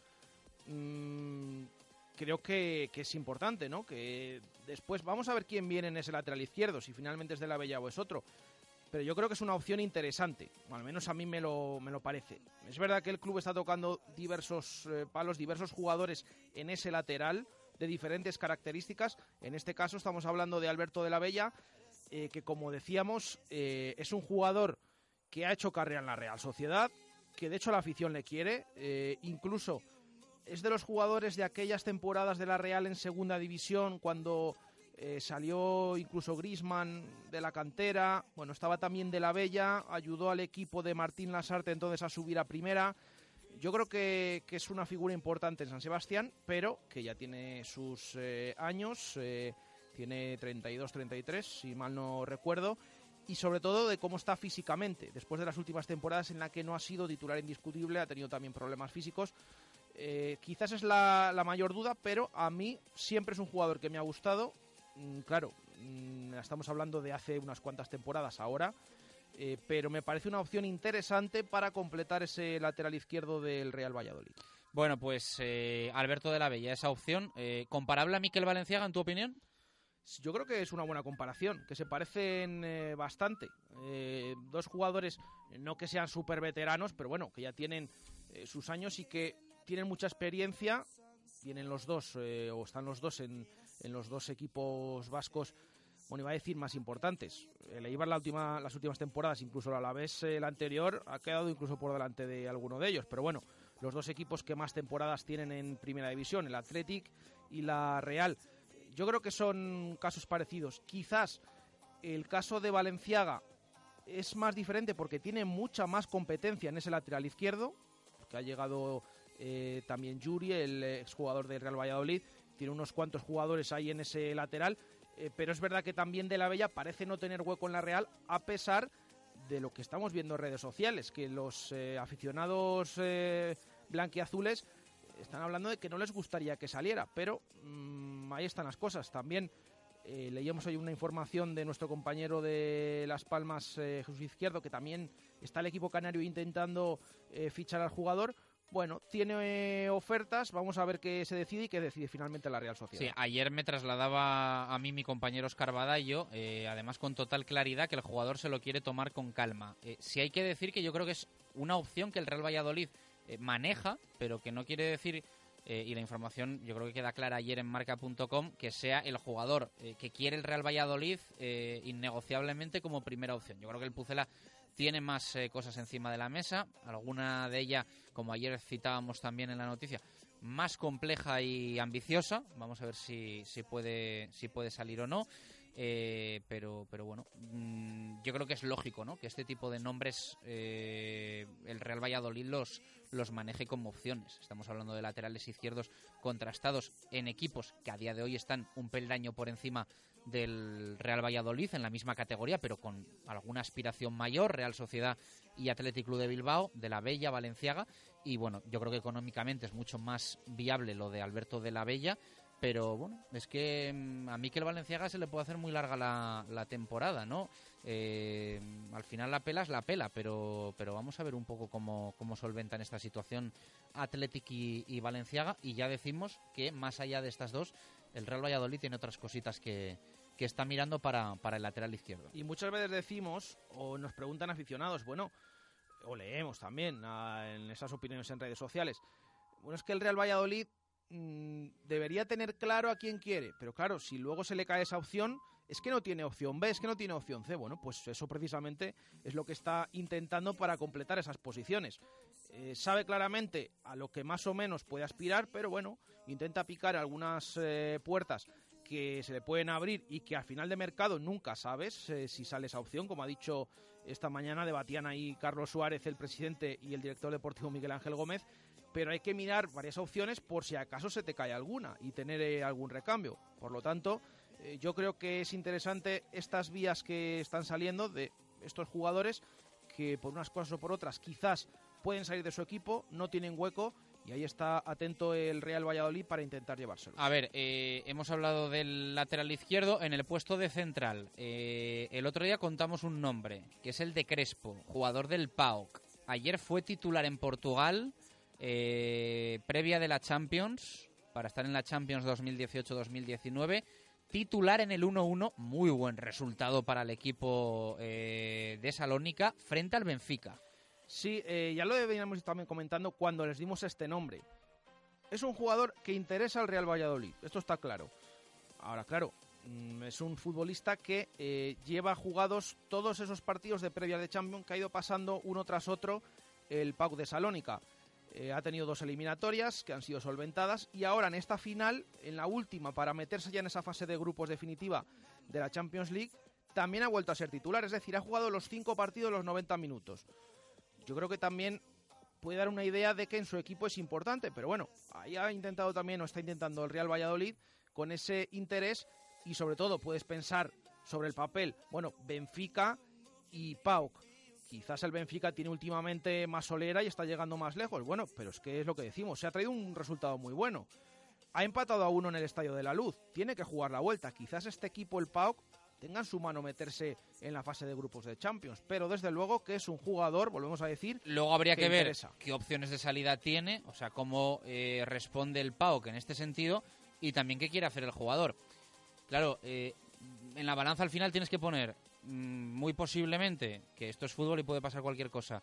mmm, creo que, que es importante, ¿no? Que después vamos a ver quién viene en ese lateral izquierdo, si finalmente es de la Bella o es otro. Pero yo creo que es una opción interesante, o al menos a mí me lo, me lo parece. Es verdad que el club está tocando diversos eh, palos, diversos jugadores en ese lateral de diferentes características. En este caso estamos hablando de Alberto de la Bella, eh, que como decíamos eh, es un jugador que ha hecho carrera en la Real Sociedad, que de hecho la afición le quiere, eh, incluso es de los jugadores de aquellas temporadas de la Real en segunda división, cuando eh, salió incluso Griezmann de la cantera. Bueno, estaba también de la Bella, ayudó al equipo de Martín Lasarte entonces a subir a primera. Yo creo que, que es una figura importante en San Sebastián, pero que ya tiene sus eh, años, eh, tiene treinta y dos, treinta y tres, si mal no recuerdo, y sobre todo de cómo está físicamente. Después de las últimas temporadas en la que no ha sido titular indiscutible, ha tenido también problemas físicos. Eh, quizás es la, la mayor duda, pero a mí siempre es un jugador que me ha gustado. Mm, claro, mm, estamos hablando de hace unas cuantas temporadas ahora, eh, pero me parece una opción interesante para completar ese lateral izquierdo del Real Valladolid.
Bueno, pues eh, Alberto de la Bella, esa opción, eh, ¿comparable a Mikel Valenciaga en tu opinión?
Yo creo que es una buena comparación, que se parecen eh, bastante. Eh, dos jugadores, no que sean súper veteranos, pero bueno, que ya tienen eh, sus años y que tienen mucha experiencia, tienen los dos, eh, o están los dos en, en los dos equipos vascos, bueno, iba a decir más importantes. El Eibar la última, las últimas temporadas, incluso el Alavés el anterior, ha quedado incluso por delante de alguno de ellos, pero bueno, los dos equipos que más temporadas tienen en Primera División, el Athletic y la Real. Yo creo que son casos parecidos. Quizás el caso de Valenciaga es más diferente porque tiene mucha más competencia en ese lateral izquierdo, que ha llegado eh, también Yuri, el exjugador del Real Valladolid, tiene unos cuantos jugadores ahí en ese lateral, eh, pero es verdad que también de la Bella parece no tener hueco en la Real, a pesar de lo que estamos viendo en redes sociales, que los eh, aficionados eh, blanquiazules están hablando de que no les gustaría que saliera, pero mmm, ahí están las cosas. También eh, leíamos hoy una información de nuestro compañero de Las Palmas, eh, Jesús Izquierdo, que también está el equipo canario intentando eh, fichar al jugador. Bueno, tiene eh, ofertas, vamos a ver qué se decide y qué decide finalmente la Real Sociedad.
Sí, ayer me trasladaba a mí mi compañero Óscar Badallo, eh, además con total claridad, que el jugador se lo quiere tomar con calma. Eh, sí hay que decir que yo creo que es una opción que el Real Valladolid eh, maneja, pero que no quiere decir, eh, y la información yo creo que queda clara ayer en marca punto com, que sea el jugador eh, que quiere el Real Valladolid eh, innegociablemente como primera opción. Yo creo que el Pucela tiene más eh, cosas encima de la mesa, alguna de ellas, como ayer citábamos también en la noticia, más compleja y ambiciosa. Vamos a ver si, si puede si puede salir o no. Eh, pero pero bueno, mmm, yo creo que es lógico, ¿no?, que este tipo de nombres eh, el Real Valladolid los, los maneje como opciones. Estamos hablando de laterales izquierdos contrastados en equipos que a día de hoy están un peldaño por encima del Real Valladolid, en la misma categoría, pero con alguna aspiración mayor, Real Sociedad y Athletic Club de Bilbao, de la Bella, Valenciaga, y bueno, yo creo que económicamente es mucho más viable lo de Alberto de la Bella, pero bueno, es que a Mikel Valenciaga se le puede hacer muy larga la, la temporada, ¿no? Eh, al final la pela es la pela, pero pero vamos a ver un poco cómo, cómo solventan esta situación Athletic y, y Valenciaga, y ya decimos que más allá de estas dos, el Real Valladolid tiene otras cositas que, que está mirando para, para el lateral izquierdo.
Y muchas veces decimos, o nos preguntan aficionados, bueno, o leemos también a, en esas opiniones en redes sociales, bueno, es que el Real Valladolid mmm, debería tener claro a quién quiere, pero claro, si luego se le cae esa opción, es que no tiene opción B, es que no tiene opción C. Bueno, pues eso precisamente es lo que está intentando para completar esas posiciones. Eh, sabe claramente a lo que más o menos puede aspirar, pero bueno, intenta picar algunas eh, puertas que se le pueden abrir y que al final de mercado nunca sabes eh, si sale esa opción. Como ha dicho esta mañana, debatían ahí Carlos Suárez, el presidente, y el director deportivo Miguel Ángel Gómez, pero hay que mirar varias opciones por si acaso se te cae alguna y tener eh, algún recambio. Por lo tanto, eh, yo creo que es interesante estas vías que están saliendo de estos jugadores que por unas cosas o por otras quizás pueden salir de su equipo, no tienen hueco, y ahí está atento el Real Valladolid para intentar llevárselo.
A ver, eh, hemos hablado del lateral izquierdo. En el puesto de central, eh, el otro día contamos un nombre, que es el de Crespo, jugador del P A O K. Ayer fue titular en Portugal, eh, previa de la Champions, para estar en la Champions dos mil dieciocho dos mil diecinueve, titular en el uno uno, muy buen resultado para el equipo eh, de Salónica, frente al Benfica.
Sí, eh, ya lo veníamos también comentando cuando les dimos este nombre. Es un jugador que interesa al Real Valladolid, esto está claro. Ahora, claro, es un futbolista que eh, lleva jugados todos esos partidos de previa de Champions que ha ido pasando uno tras otro el P A O K de Salónica. Eh, ha tenido dos eliminatorias que han sido solventadas y ahora en esta final, en la última, para meterse ya en esa fase de grupos definitiva de la Champions League, también ha vuelto a ser titular, es decir, ha jugado los cinco partidos los noventa minutos. Yo creo que también puede dar una idea de que en su equipo es importante, pero bueno, ahí ha intentado también, o está intentando el Real Valladolid con ese interés, y sobre todo puedes pensar sobre el papel, bueno, Benfica y P A O K. Quizás el Benfica tiene últimamente más solera y está llegando más lejos, bueno, pero es que es lo que decimos, se ha traído un resultado muy bueno. Ha empatado a uno en el Estadio de la Luz, tiene que jugar la vuelta, quizás este equipo, el P A O K, tenga en su mano meterse en la fase de grupos de Champions, pero desde luego que es un jugador, volvemos a decir,
luego habría que, que ver
interesa.
Qué opciones de salida tiene, o sea, cómo eh, responde el P A O K en este sentido, y también qué quiere hacer el jugador. Claro, eh, en la balanza al final tienes que poner, mmm, muy posiblemente, que esto es fútbol y puede pasar cualquier cosa,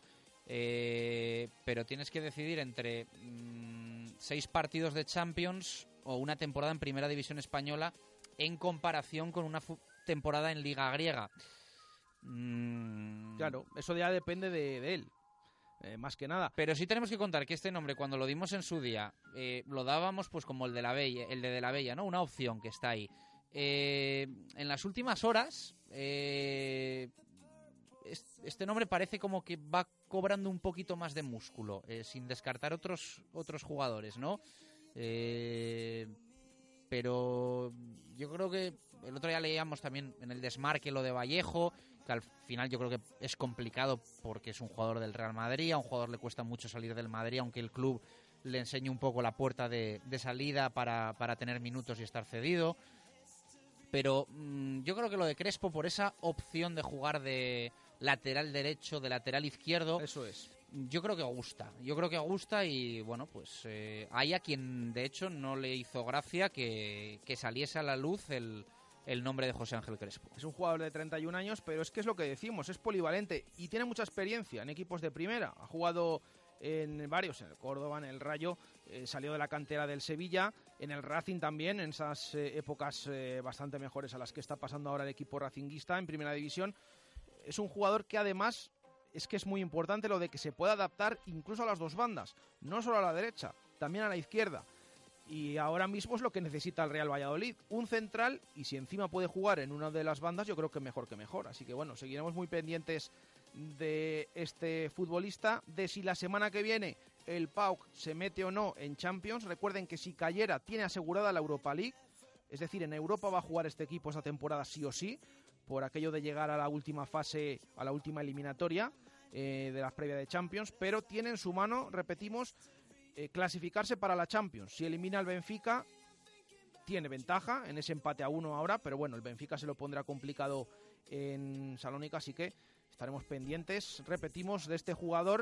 eh, pero tienes que decidir entre mmm, seis partidos de Champions o una temporada en Primera División Española en comparación con una fu- temporada en Liga Griega. Mm.
Claro, eso ya depende de, de él, eh, más que nada.
Pero sí tenemos que contar que este nombre, cuando lo dimos en su día, eh, lo dábamos pues como el de la Bella, el de, de la Bella, ¿no? Una opción que está ahí. Eh, en las últimas horas, eh, este nombre parece como que va cobrando un poquito más de músculo, eh, sin descartar otros otros jugadores, ¿no? Eh, pero yo creo que el otro día leíamos también en el desmarque lo de Vallejo, que al final yo creo que es complicado porque es un jugador del Real Madrid, a un jugador le cuesta mucho salir del Madrid, aunque el club le enseñe un poco la puerta de, de salida para, para tener minutos y estar cedido. Pero mmm, yo creo que lo de Crespo, por esa opción de jugar de lateral derecho, de lateral izquierdo,
eso es.
Yo creo que gusta, yo creo que gusta y bueno, pues eh, hay a quien de hecho no le hizo gracia que, que saliese a la luz el, el nombre de José Ángel Crespo.
Es un jugador de treinta y un años, pero es que es lo que decimos, es polivalente y tiene mucha experiencia en equipos de primera. Ha jugado en varios, en el Córdoba, en el Rayo, eh, salió de la cantera del Sevilla, en el Racing también, en esas eh, épocas eh, bastante mejores a las que está pasando ahora el equipo racinguista en Primera División. Es un jugador que además es que es muy importante lo de que se pueda adaptar incluso a las dos bandas, no solo a la derecha, también a la izquierda. Y ahora mismo es lo que necesita el Real Valladolid, un central, y si encima puede jugar en una de las bandas, yo creo que mejor que mejor. Así que bueno, seguiremos muy pendientes de este futbolista, de si la semana que viene el P A O K se mete o no en Champions. Recuerden que si cayera tiene asegurada la Europa League, es decir, en Europa va a jugar este equipo esta temporada sí o sí, por aquello de llegar a la última fase, a la última eliminatoria eh, de la previa de Champions, pero tiene en su mano, repetimos, eh, clasificarse para la Champions. Si elimina al Benfica, tiene ventaja en ese empate a uno ahora, pero bueno, el Benfica se lo pondrá complicado en Salónica, así que estaremos pendientes, repetimos, de este jugador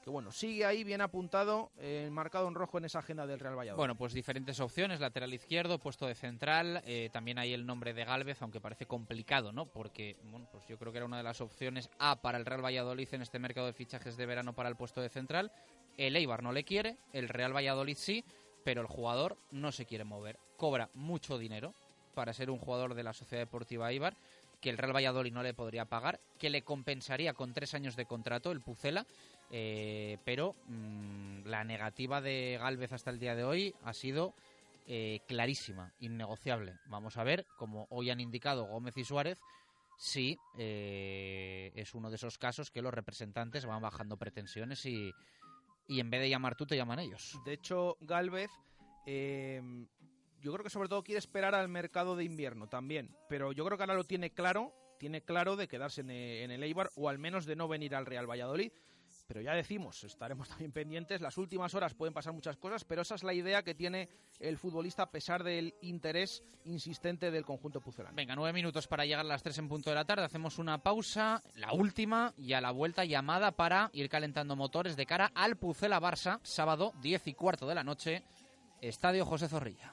que bueno, sigue ahí bien apuntado, eh, marcado en rojo en esa agenda del Real Valladolid.
Bueno, pues diferentes opciones, lateral izquierdo, puesto de central, eh, también hay el nombre de Gálvez, aunque parece complicado, ¿no? Porque, bueno, pues yo creo que era una de las opciones A para el Real Valladolid en este mercado de fichajes de verano para el puesto de central. El Eibar no le quiere, el Real Valladolid sí, pero el jugador no se quiere mover. Cobra mucho dinero para ser un jugador de la Sociedad Deportiva Eibar, que el Real Valladolid no le podría pagar, que le compensaría con tres años de contrato el Pucela, eh, pero mmm, la negativa de Gálvez hasta el día de hoy ha sido eh, clarísima, innegociable. Vamos a ver, como hoy han indicado Gómez y Suárez, si eh, es uno de esos casos que los representantes van bajando pretensiones y, y en vez de llamar tú te llaman ellos.
De hecho, Gálvez... Eh... Yo creo que sobre todo quiere esperar al mercado de invierno también, pero yo creo que ahora lo tiene claro, tiene claro de quedarse en el Eibar o al menos de no venir al Real Valladolid. Pero ya decimos, estaremos también pendientes, las últimas horas pueden pasar muchas cosas, pero esa es la idea que tiene el futbolista a pesar del interés insistente del conjunto pucelano.
Venga, nueve minutos para llegar a las tres en punto de la tarde, hacemos una pausa, la última, y a la vuelta llamada para ir calentando motores de cara al Pucela Barça, sábado diez y cuarto de la noche, Estadio José Zorrilla.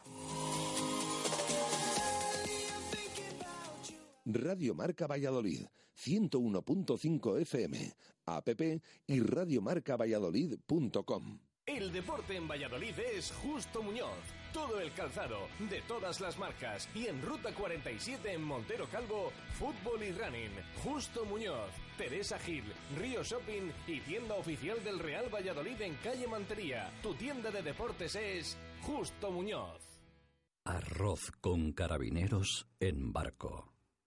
Radio Marca Valladolid, ciento uno punto cinco F M, app y radiomarcavalladolid punto com.
El deporte en Valladolid es Justo Muñoz. Todo el calzado, de todas las marcas. Y en Ruta cuarenta y siete en Montero Calvo, fútbol y running. Justo Muñoz, Teresa Gil, Río Shopping y tienda oficial del Real Valladolid en calle Mantería. Tu tienda de deportes es Justo Muñoz.
Arroz con carabineros en Barco.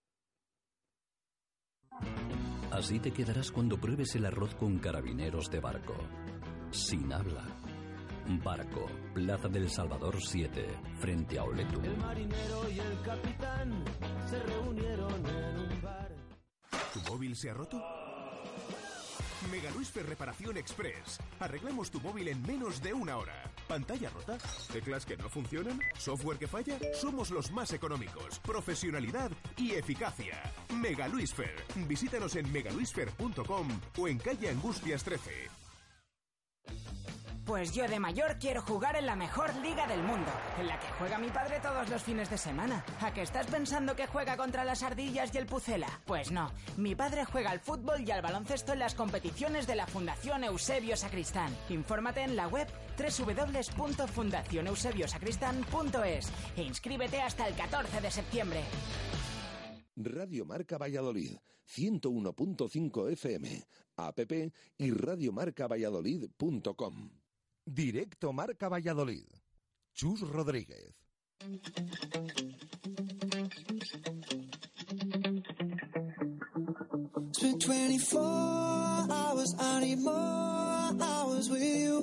Así te quedarás cuando pruebes el arroz con carabineros de Barco. Sin habla. Barco, Plaza del Salvador siete, frente a Oletu.
El marinero y el capitán se reunieron en un bar.
¿Tu móvil se ha roto? Megaluisfer Reparación Express. Arreglamos tu móvil en menos de una hora. ¿Pantalla rota? ¿Teclas que no funcionan? ¿Software que falla? Somos los más económicos. Profesionalidad y eficacia. Megaluisfer. Visítanos en megaluisfer punto com o en calle Angustias trece.
Pues yo de mayor quiero jugar en la mejor liga del mundo, en la que juega mi padre todos los fines de semana. ¿A qué estás pensando que juega contra las ardillas y el Pucela? Pues no, mi padre juega al fútbol y al baloncesto en las competiciones de la Fundación Eusebio Sacristán. Infórmate en la web doble u doble u doble u punto fundación eusebio sacristán punto es e inscríbete hasta el catorce de septiembre.
Radio Marca Valladolid, ciento uno punto cinco F M, app y radiomarcavalladolid punto com. Directo Marca Valladolid. Chus Rodríguez.
It's been twenty-four hours, I need more hours with you.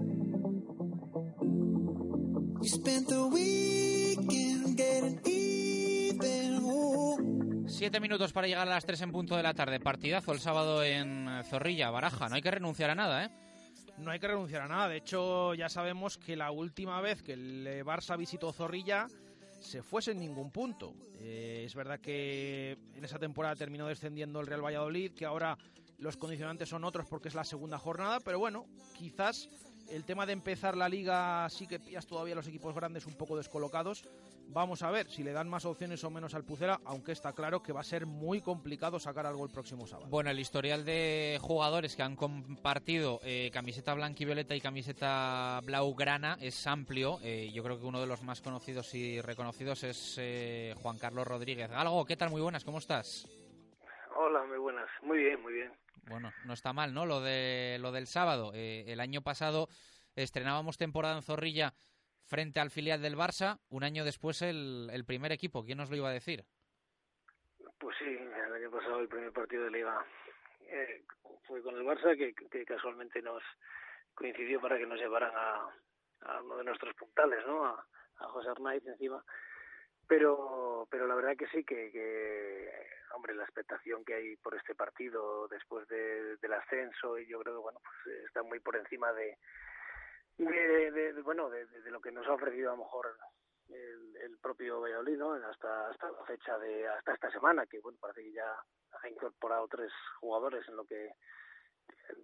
We spent the weekend getting even. Ooh.
Siete minutos para llegar a las tres en punto de la tarde. Partidazo el sábado en Zorrilla, Baraja. No hay que renunciar a nada, ¿eh?
No hay que renunciar a nada. De hecho, ya sabemos que la última vez que el Barça visitó Zorrilla se fue sin ningún punto. Eh, es verdad que en esa temporada terminó descendiendo el Real Valladolid, que ahora los condicionantes son otros porque es la segunda jornada, pero bueno, quizás el tema de empezar la liga sí que pillas todavía a los equipos grandes un poco descolocados. Vamos a ver si le dan más opciones o menos al Pucela, aunque está claro que va a ser muy complicado sacar algo el próximo sábado.
Bueno, el historial de jugadores que han compartido eh, camiseta blanquivioleta y camiseta blaugrana es amplio. Eh, yo creo que uno de los más conocidos y reconocidos es eh, Juan Carlos Rodríguez. Galgo, ¿qué tal? Muy buenas, ¿cómo estás?
Hola, muy buenas. Muy bien, muy bien.
Bueno, no está mal, ¿no? Lo de lo del sábado. Eh, el año pasado estrenábamos temporada en Zorrilla frente al filial del Barça. Un año después el, el primer equipo. ¿Quién nos lo iba a decir?
Pues sí, el año pasado el primer partido de Liga eh, fue con el Barça, que, que casualmente nos coincidió para que nos llevaran a, a uno de nuestros puntales, ¿no? A, a José Arnaiz encima. Pero pero la verdad que sí, que, que hombre, la expectación que hay por este partido después de, del ascenso, y yo creo que bueno, pues está muy por encima de de, de, de bueno de, de lo que nos ha ofrecido a lo mejor el, el propio Valladolid, ¿no? Hasta hasta la fecha de hasta esta semana, que bueno, parece que ya ha incorporado tres jugadores en lo que después de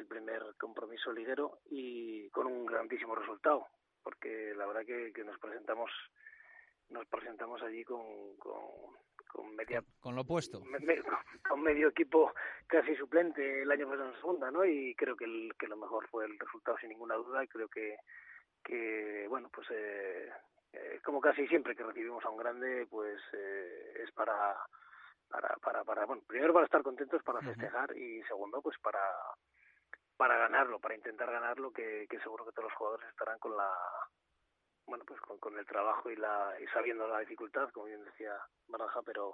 el primer compromiso liguero y con un grandísimo resultado, porque la verdad que, que nos presentamos nos presentamos allí con, con, con media
con, con lo opuesto
me, me, con medio equipo casi suplente el año pasado en segunda, ¿no? Y creo que, el, que lo mejor fue el resultado sin ninguna duda, y creo que que bueno, pues eh, eh, como casi siempre que recibimos a un grande, pues eh, es para para para para bueno, primero para estar contentos, para festejar, uh-huh. y segundo pues para para ganarlo, para intentar ganarlo, que, que seguro que todos los jugadores estarán con la bueno, pues con, con el trabajo y la y sabiendo la dificultad, como bien decía Baraja, pero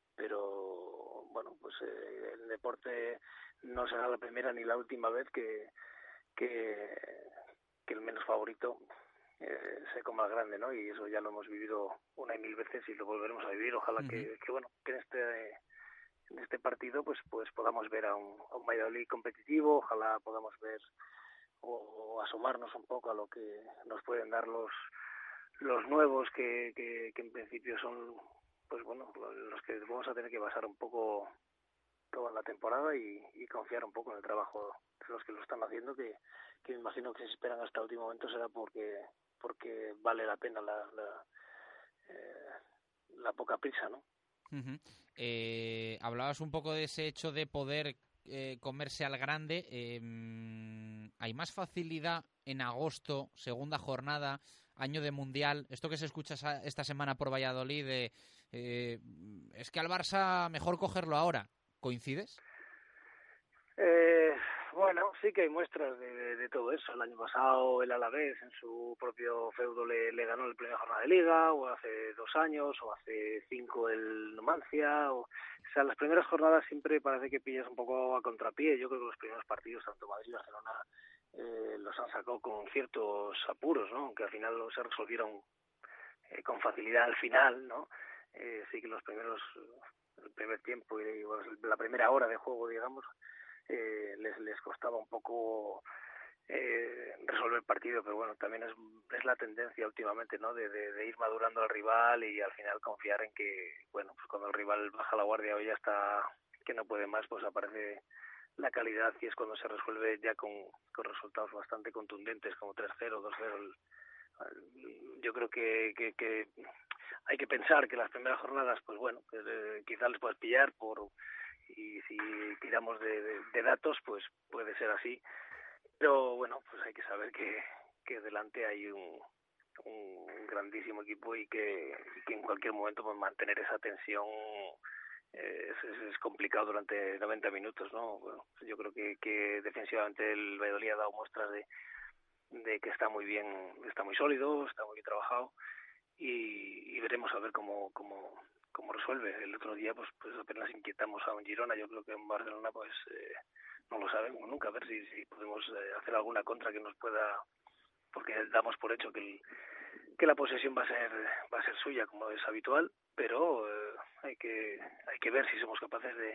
pero bueno, pues eh, el deporte no será la primera ni la última vez que que, que el menos favorito eh, se coma al grande, ¿no? Y eso ya lo hemos vivido una y mil veces y lo volveremos a vivir. Ojalá uh-huh. que, que bueno, que en este en este partido pues pues podamos ver a un, a un Valladolid competitivo, ojalá podamos ver o, o asomarnos un poco a lo que nos pueden dar los los nuevos que, que, que en principio son pues bueno, los que vamos a tener que basar un poco toda la temporada y, y confiar un poco en el trabajo de los que lo están haciendo, que, que me imagino que si esperan hasta el último momento será porque porque vale la pena la la, eh, la poca prisa, ¿no?
Uh-huh. Eh, hablabas un poco de ese hecho de poder eh, comerse al grande. Eh, ¿Hay más facilidad en agosto, segunda jornada, año de Mundial? Esto que se escucha esta semana por Valladolid, de, eh, es que al Barça mejor cogerlo ahora. ¿Coincides?
Eh, bueno, sí que hay muestras de, de, de todo eso. El año pasado el Alavés en su propio feudo le, le ganó la primera jornada de Liga, o hace dos años, o hace cinco el Numancia. O, o sea, las primeras jornadas siempre parece que pillas un poco a contrapié. Yo creo que los primeros partidos, tanto Madrid y Barcelona, eh, los han sacado con ciertos apuros, ¿no? Aunque al final se resolvieron eh, con facilidad al final, ¿no? Eh, sí que los primeros... el primer tiempo y la primera hora de juego, digamos, eh, les les costaba un poco eh, resolver el partido, pero bueno, también es es la tendencia últimamente, ¿no? De, de, de ir madurando al rival y al final confiar en que, bueno, pues cuando el rival baja la guardia o ya está que no puede más, pues aparece la calidad y es cuando se resuelve ya con, con resultados bastante contundentes como tres cero, dos cero. El, el, yo creo que, que, que hay que pensar que las primeras jornadas, pues bueno, que, eh, quizás les puedes pillar por y si tiramos de, de, de datos, pues puede ser así. Pero bueno, pues hay que saber que, que delante hay un, un grandísimo equipo y que, que en cualquier momento pues, mantener esa tensión eh, es, es complicado durante noventa minutos, ¿no? Bueno, yo creo que, que defensivamente el Valladolid ha dado muestras de, de que está muy bien, está muy sólido, está muy bien trabajado. Y, y veremos a ver cómo cómo cómo resuelve. El otro día pues pues apenas inquietamos a un Girona. Yo creo que en Barcelona pues eh, no lo sabemos nunca, a ver si, si podemos eh, hacer alguna contra que nos pueda, porque damos por hecho que el, que la posesión va a ser va a ser suya como es habitual, pero eh, hay que hay que ver si somos capaces de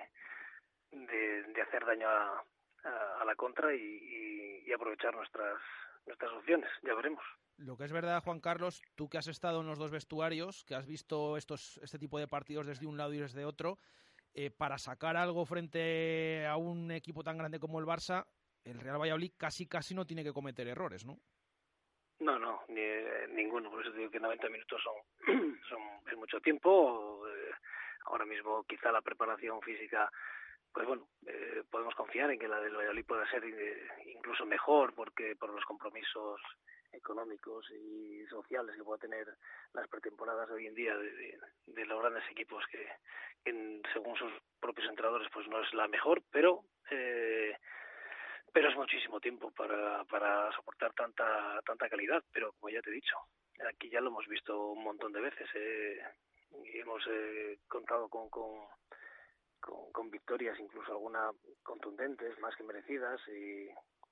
de, de hacer daño a, a, a la contra y, y, y aprovechar nuestras nuestras opciones. Ya veremos.
Lo que es verdad, Juan Carlos, tú que has estado en los dos vestuarios, que has visto estos este tipo de partidos desde un lado y desde otro, eh, para sacar algo frente a un equipo tan grande como el Barça, el Real Valladolid casi casi no tiene que cometer errores, ¿no?
No, no, ni, eh, ninguno. Por eso digo que noventa minutos son, son es mucho tiempo. Eh, ahora mismo quizá la preparación física, pues bueno, eh, podemos confiar en que la del Valladolid pueda ser eh, incluso mejor, porque por los compromisos económicos y sociales que pueda tener las pretemporadas hoy en día de, de, de los grandes equipos que, que en, según sus propios entrenadores pues no es la mejor, pero eh, pero es muchísimo tiempo para para soportar tanta tanta calidad. Pero como ya te he dicho, aquí ya lo hemos visto un montón de veces, eh, y hemos eh, contado con, con con con victorias, incluso algunas contundentes, más que merecidas, y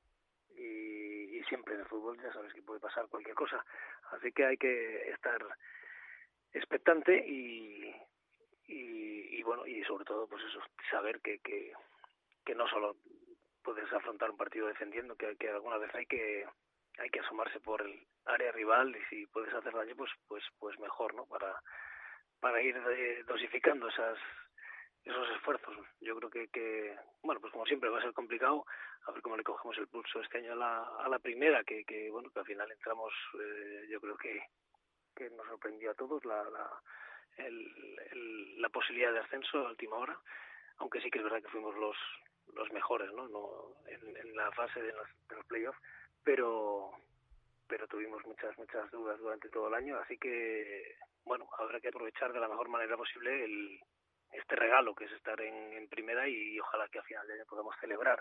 Y, y siempre en el fútbol ya sabes que puede pasar cualquier cosa, así que hay que estar expectante y, y, y bueno, y sobre todo pues eso, saber que, que, que no solo puedes afrontar un partido defendiendo, que, que alguna vez hay que hay que asomarse por el área rival, y si puedes hacer daño pues pues pues mejor, ¿no? Para para ir eh, dosificando esas esos esfuerzos. Yo creo que, que, bueno, pues como siempre va a ser complicado, a ver cómo le cogemos el pulso este año a la, a la primera, que, que bueno, que al final entramos, eh, yo creo que, que nos sorprendió a todos la, la, el, el, la posibilidad de ascenso a última hora, aunque sí que es verdad que fuimos los los mejores, ¿no? no en, en la fase de los, de los playoffs, pero pero tuvimos muchas muchas dudas durante todo el año, así que bueno, habrá que aprovechar de la mejor manera posible el este regalo que es estar en, en primera, y ojalá que a final de año podamos celebrar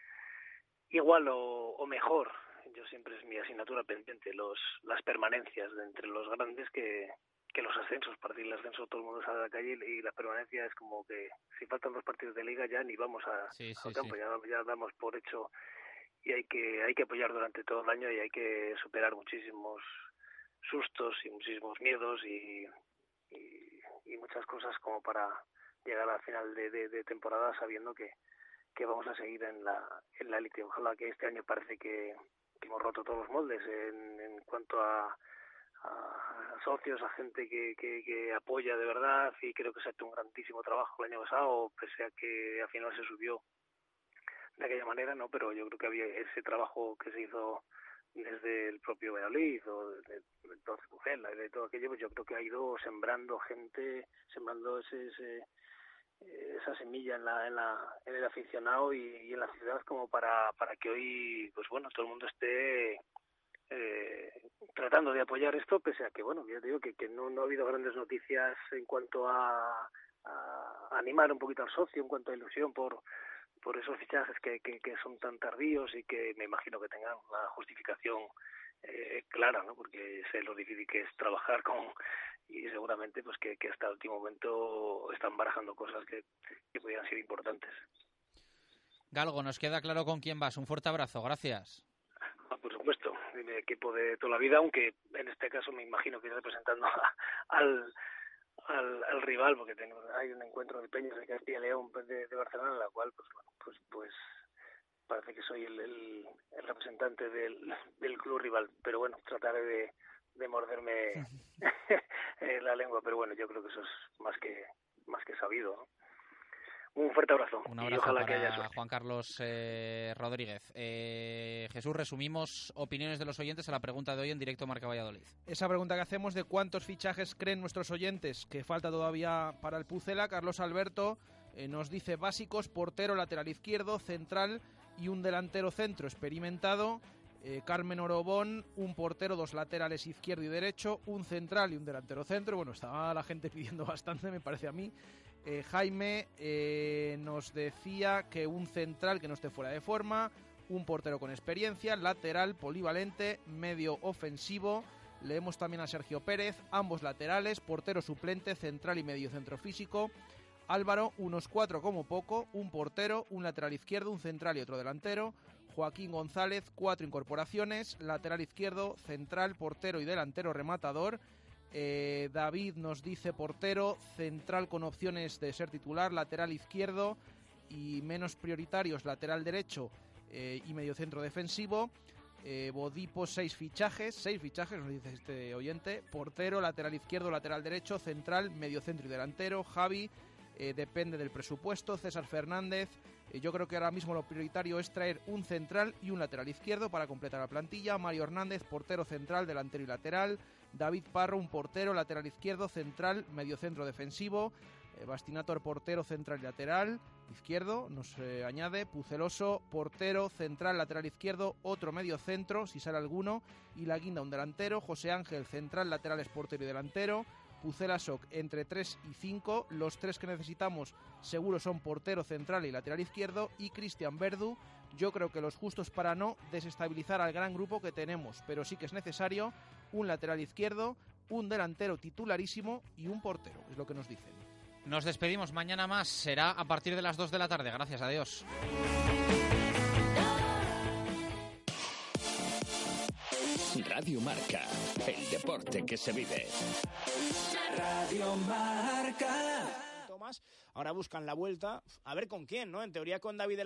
igual o, o mejor. Yo siempre es mi asignatura pendiente, los las permanencias de entre los grandes que, que los ascensos. Para el ascenso todo el mundo sale a la calle, y la permanencia es como que si faltan dos partidos de liga ya ni vamos a,
sí, sí,
al campo,
sí.
ya, ya damos por hecho, y hay que hay que apoyar durante todo el año, y hay que superar muchísimos sustos y muchísimos miedos y, y, y muchas cosas como para llegar al final de, de, de temporada sabiendo que, que vamos a seguir en la en la élite. Ojalá que este año parece que, que hemos roto todos los moldes en, en cuanto a, a socios, a gente que, que, que apoya de verdad, y creo que se ha hecho un grandísimo trabajo el año pasado, pese a que al final se subió de aquella manera, no, pero yo creo que había ese trabajo que se hizo desde el propio Valladolid o de, de, de todo Pucela y de todo aquello, pues yo creo que ha ido sembrando gente, sembrando ese, ese esa semilla en la en la en el aficionado y, y en la ciudad, como para para que hoy pues bueno todo el mundo esté eh, tratando de apoyar esto, pese a que bueno yo digo que, que no no ha habido grandes noticias en cuanto a, a animar un poquito al socio, en cuanto a ilusión por por esos fichajes que, que, que son tan tardíos y que me imagino que tengan una justificación eh, clara, ¿no? Porque sé lo difícil que es trabajar con, y seguramente pues que, que hasta el último momento están barajando cosas que, que podrían ser importantes.
Galgo, nos queda claro con quién vas. Un fuerte abrazo, gracias.
Ah, por supuesto, mi equipo de toda la vida, aunque en este caso me imagino que representando a, al Al, al rival, porque tenemos, hay un encuentro de Peñas de Castilla y León de, de Barcelona, en la cual pues bueno pues pues parece que soy el, el, el representante del, del club rival, pero bueno, trataré de, de morderme la lengua, pero bueno, yo creo que eso es más que más que sabido, ¿no? Un fuerte abrazo.
Un abrazo
y ojalá
para
que haya suerte.
Juan Carlos eh, Rodríguez. Eh, Jesús, resumimos opiniones de los oyentes a la pregunta de hoy en directo Marca Valladolid.
Esa pregunta que hacemos de cuántos fichajes creen nuestros oyentes que falta todavía para el Pucela. Carlos Alberto eh, nos dice básicos: portero, lateral izquierdo, central y un delantero centro experimentado. Eh, Carmen Orobón, un portero, dos laterales izquierdo y derecho, un central y un delantero centro. Bueno, estaba la gente pidiendo bastante, me parece a mí. Eh, Jaime eh, nos decía que un central que no esté fuera de forma, un portero con experiencia, lateral, polivalente, medio ofensivo. Leemos también a Sergio Pérez, ambos laterales, portero suplente, central y medio centro físico. Álvaro, unos cuatro como poco, un portero, un lateral izquierdo, un central y otro delantero. Joaquín González, cuatro incorporaciones, lateral izquierdo, central, portero y delantero rematador. Eh, David nos dice portero, central con opciones de ser titular, lateral izquierdo y menos prioritarios, lateral derecho eh, y mediocentro defensivo. Eh, Bodipo, seis fichajes, seis fichajes nos dice este oyente, portero, lateral izquierdo, lateral derecho, central, mediocentro y delantero. Javi, eh, depende del presupuesto. César Fernández, eh, yo creo que ahora mismo lo prioritario es traer un central y un lateral izquierdo para completar la plantilla. Mario Hernández, portero, central, delantero y lateral. David Parro, un portero, lateral izquierdo, central, mediocentro defensivo. Eh, Bastinator, portero, central y lateral izquierdo, nos eh, añade. Puceloso, portero, central, lateral izquierdo, otro mediocentro, si sale alguno. Y La Guinda, un delantero. José Ángel, central, laterales, portero y delantero. Pucela Soc, entre tres y cinco. Los tres que necesitamos seguro son portero, central y lateral izquierdo. Y Cristian Verdu, yo creo que los justos para no desestabilizar al gran grupo que tenemos, pero sí que es necesario un lateral izquierdo, un delantero titularísimo y un portero, es lo que nos dicen.
Nos despedimos, mañana más, será a partir de las dos de la tarde. Gracias, adiós.
Radio Marca, el deporte que se vive.
Radio Marca. Tomás, ahora buscan la vuelta, a ver con quién, ¿no? En teoría con David de la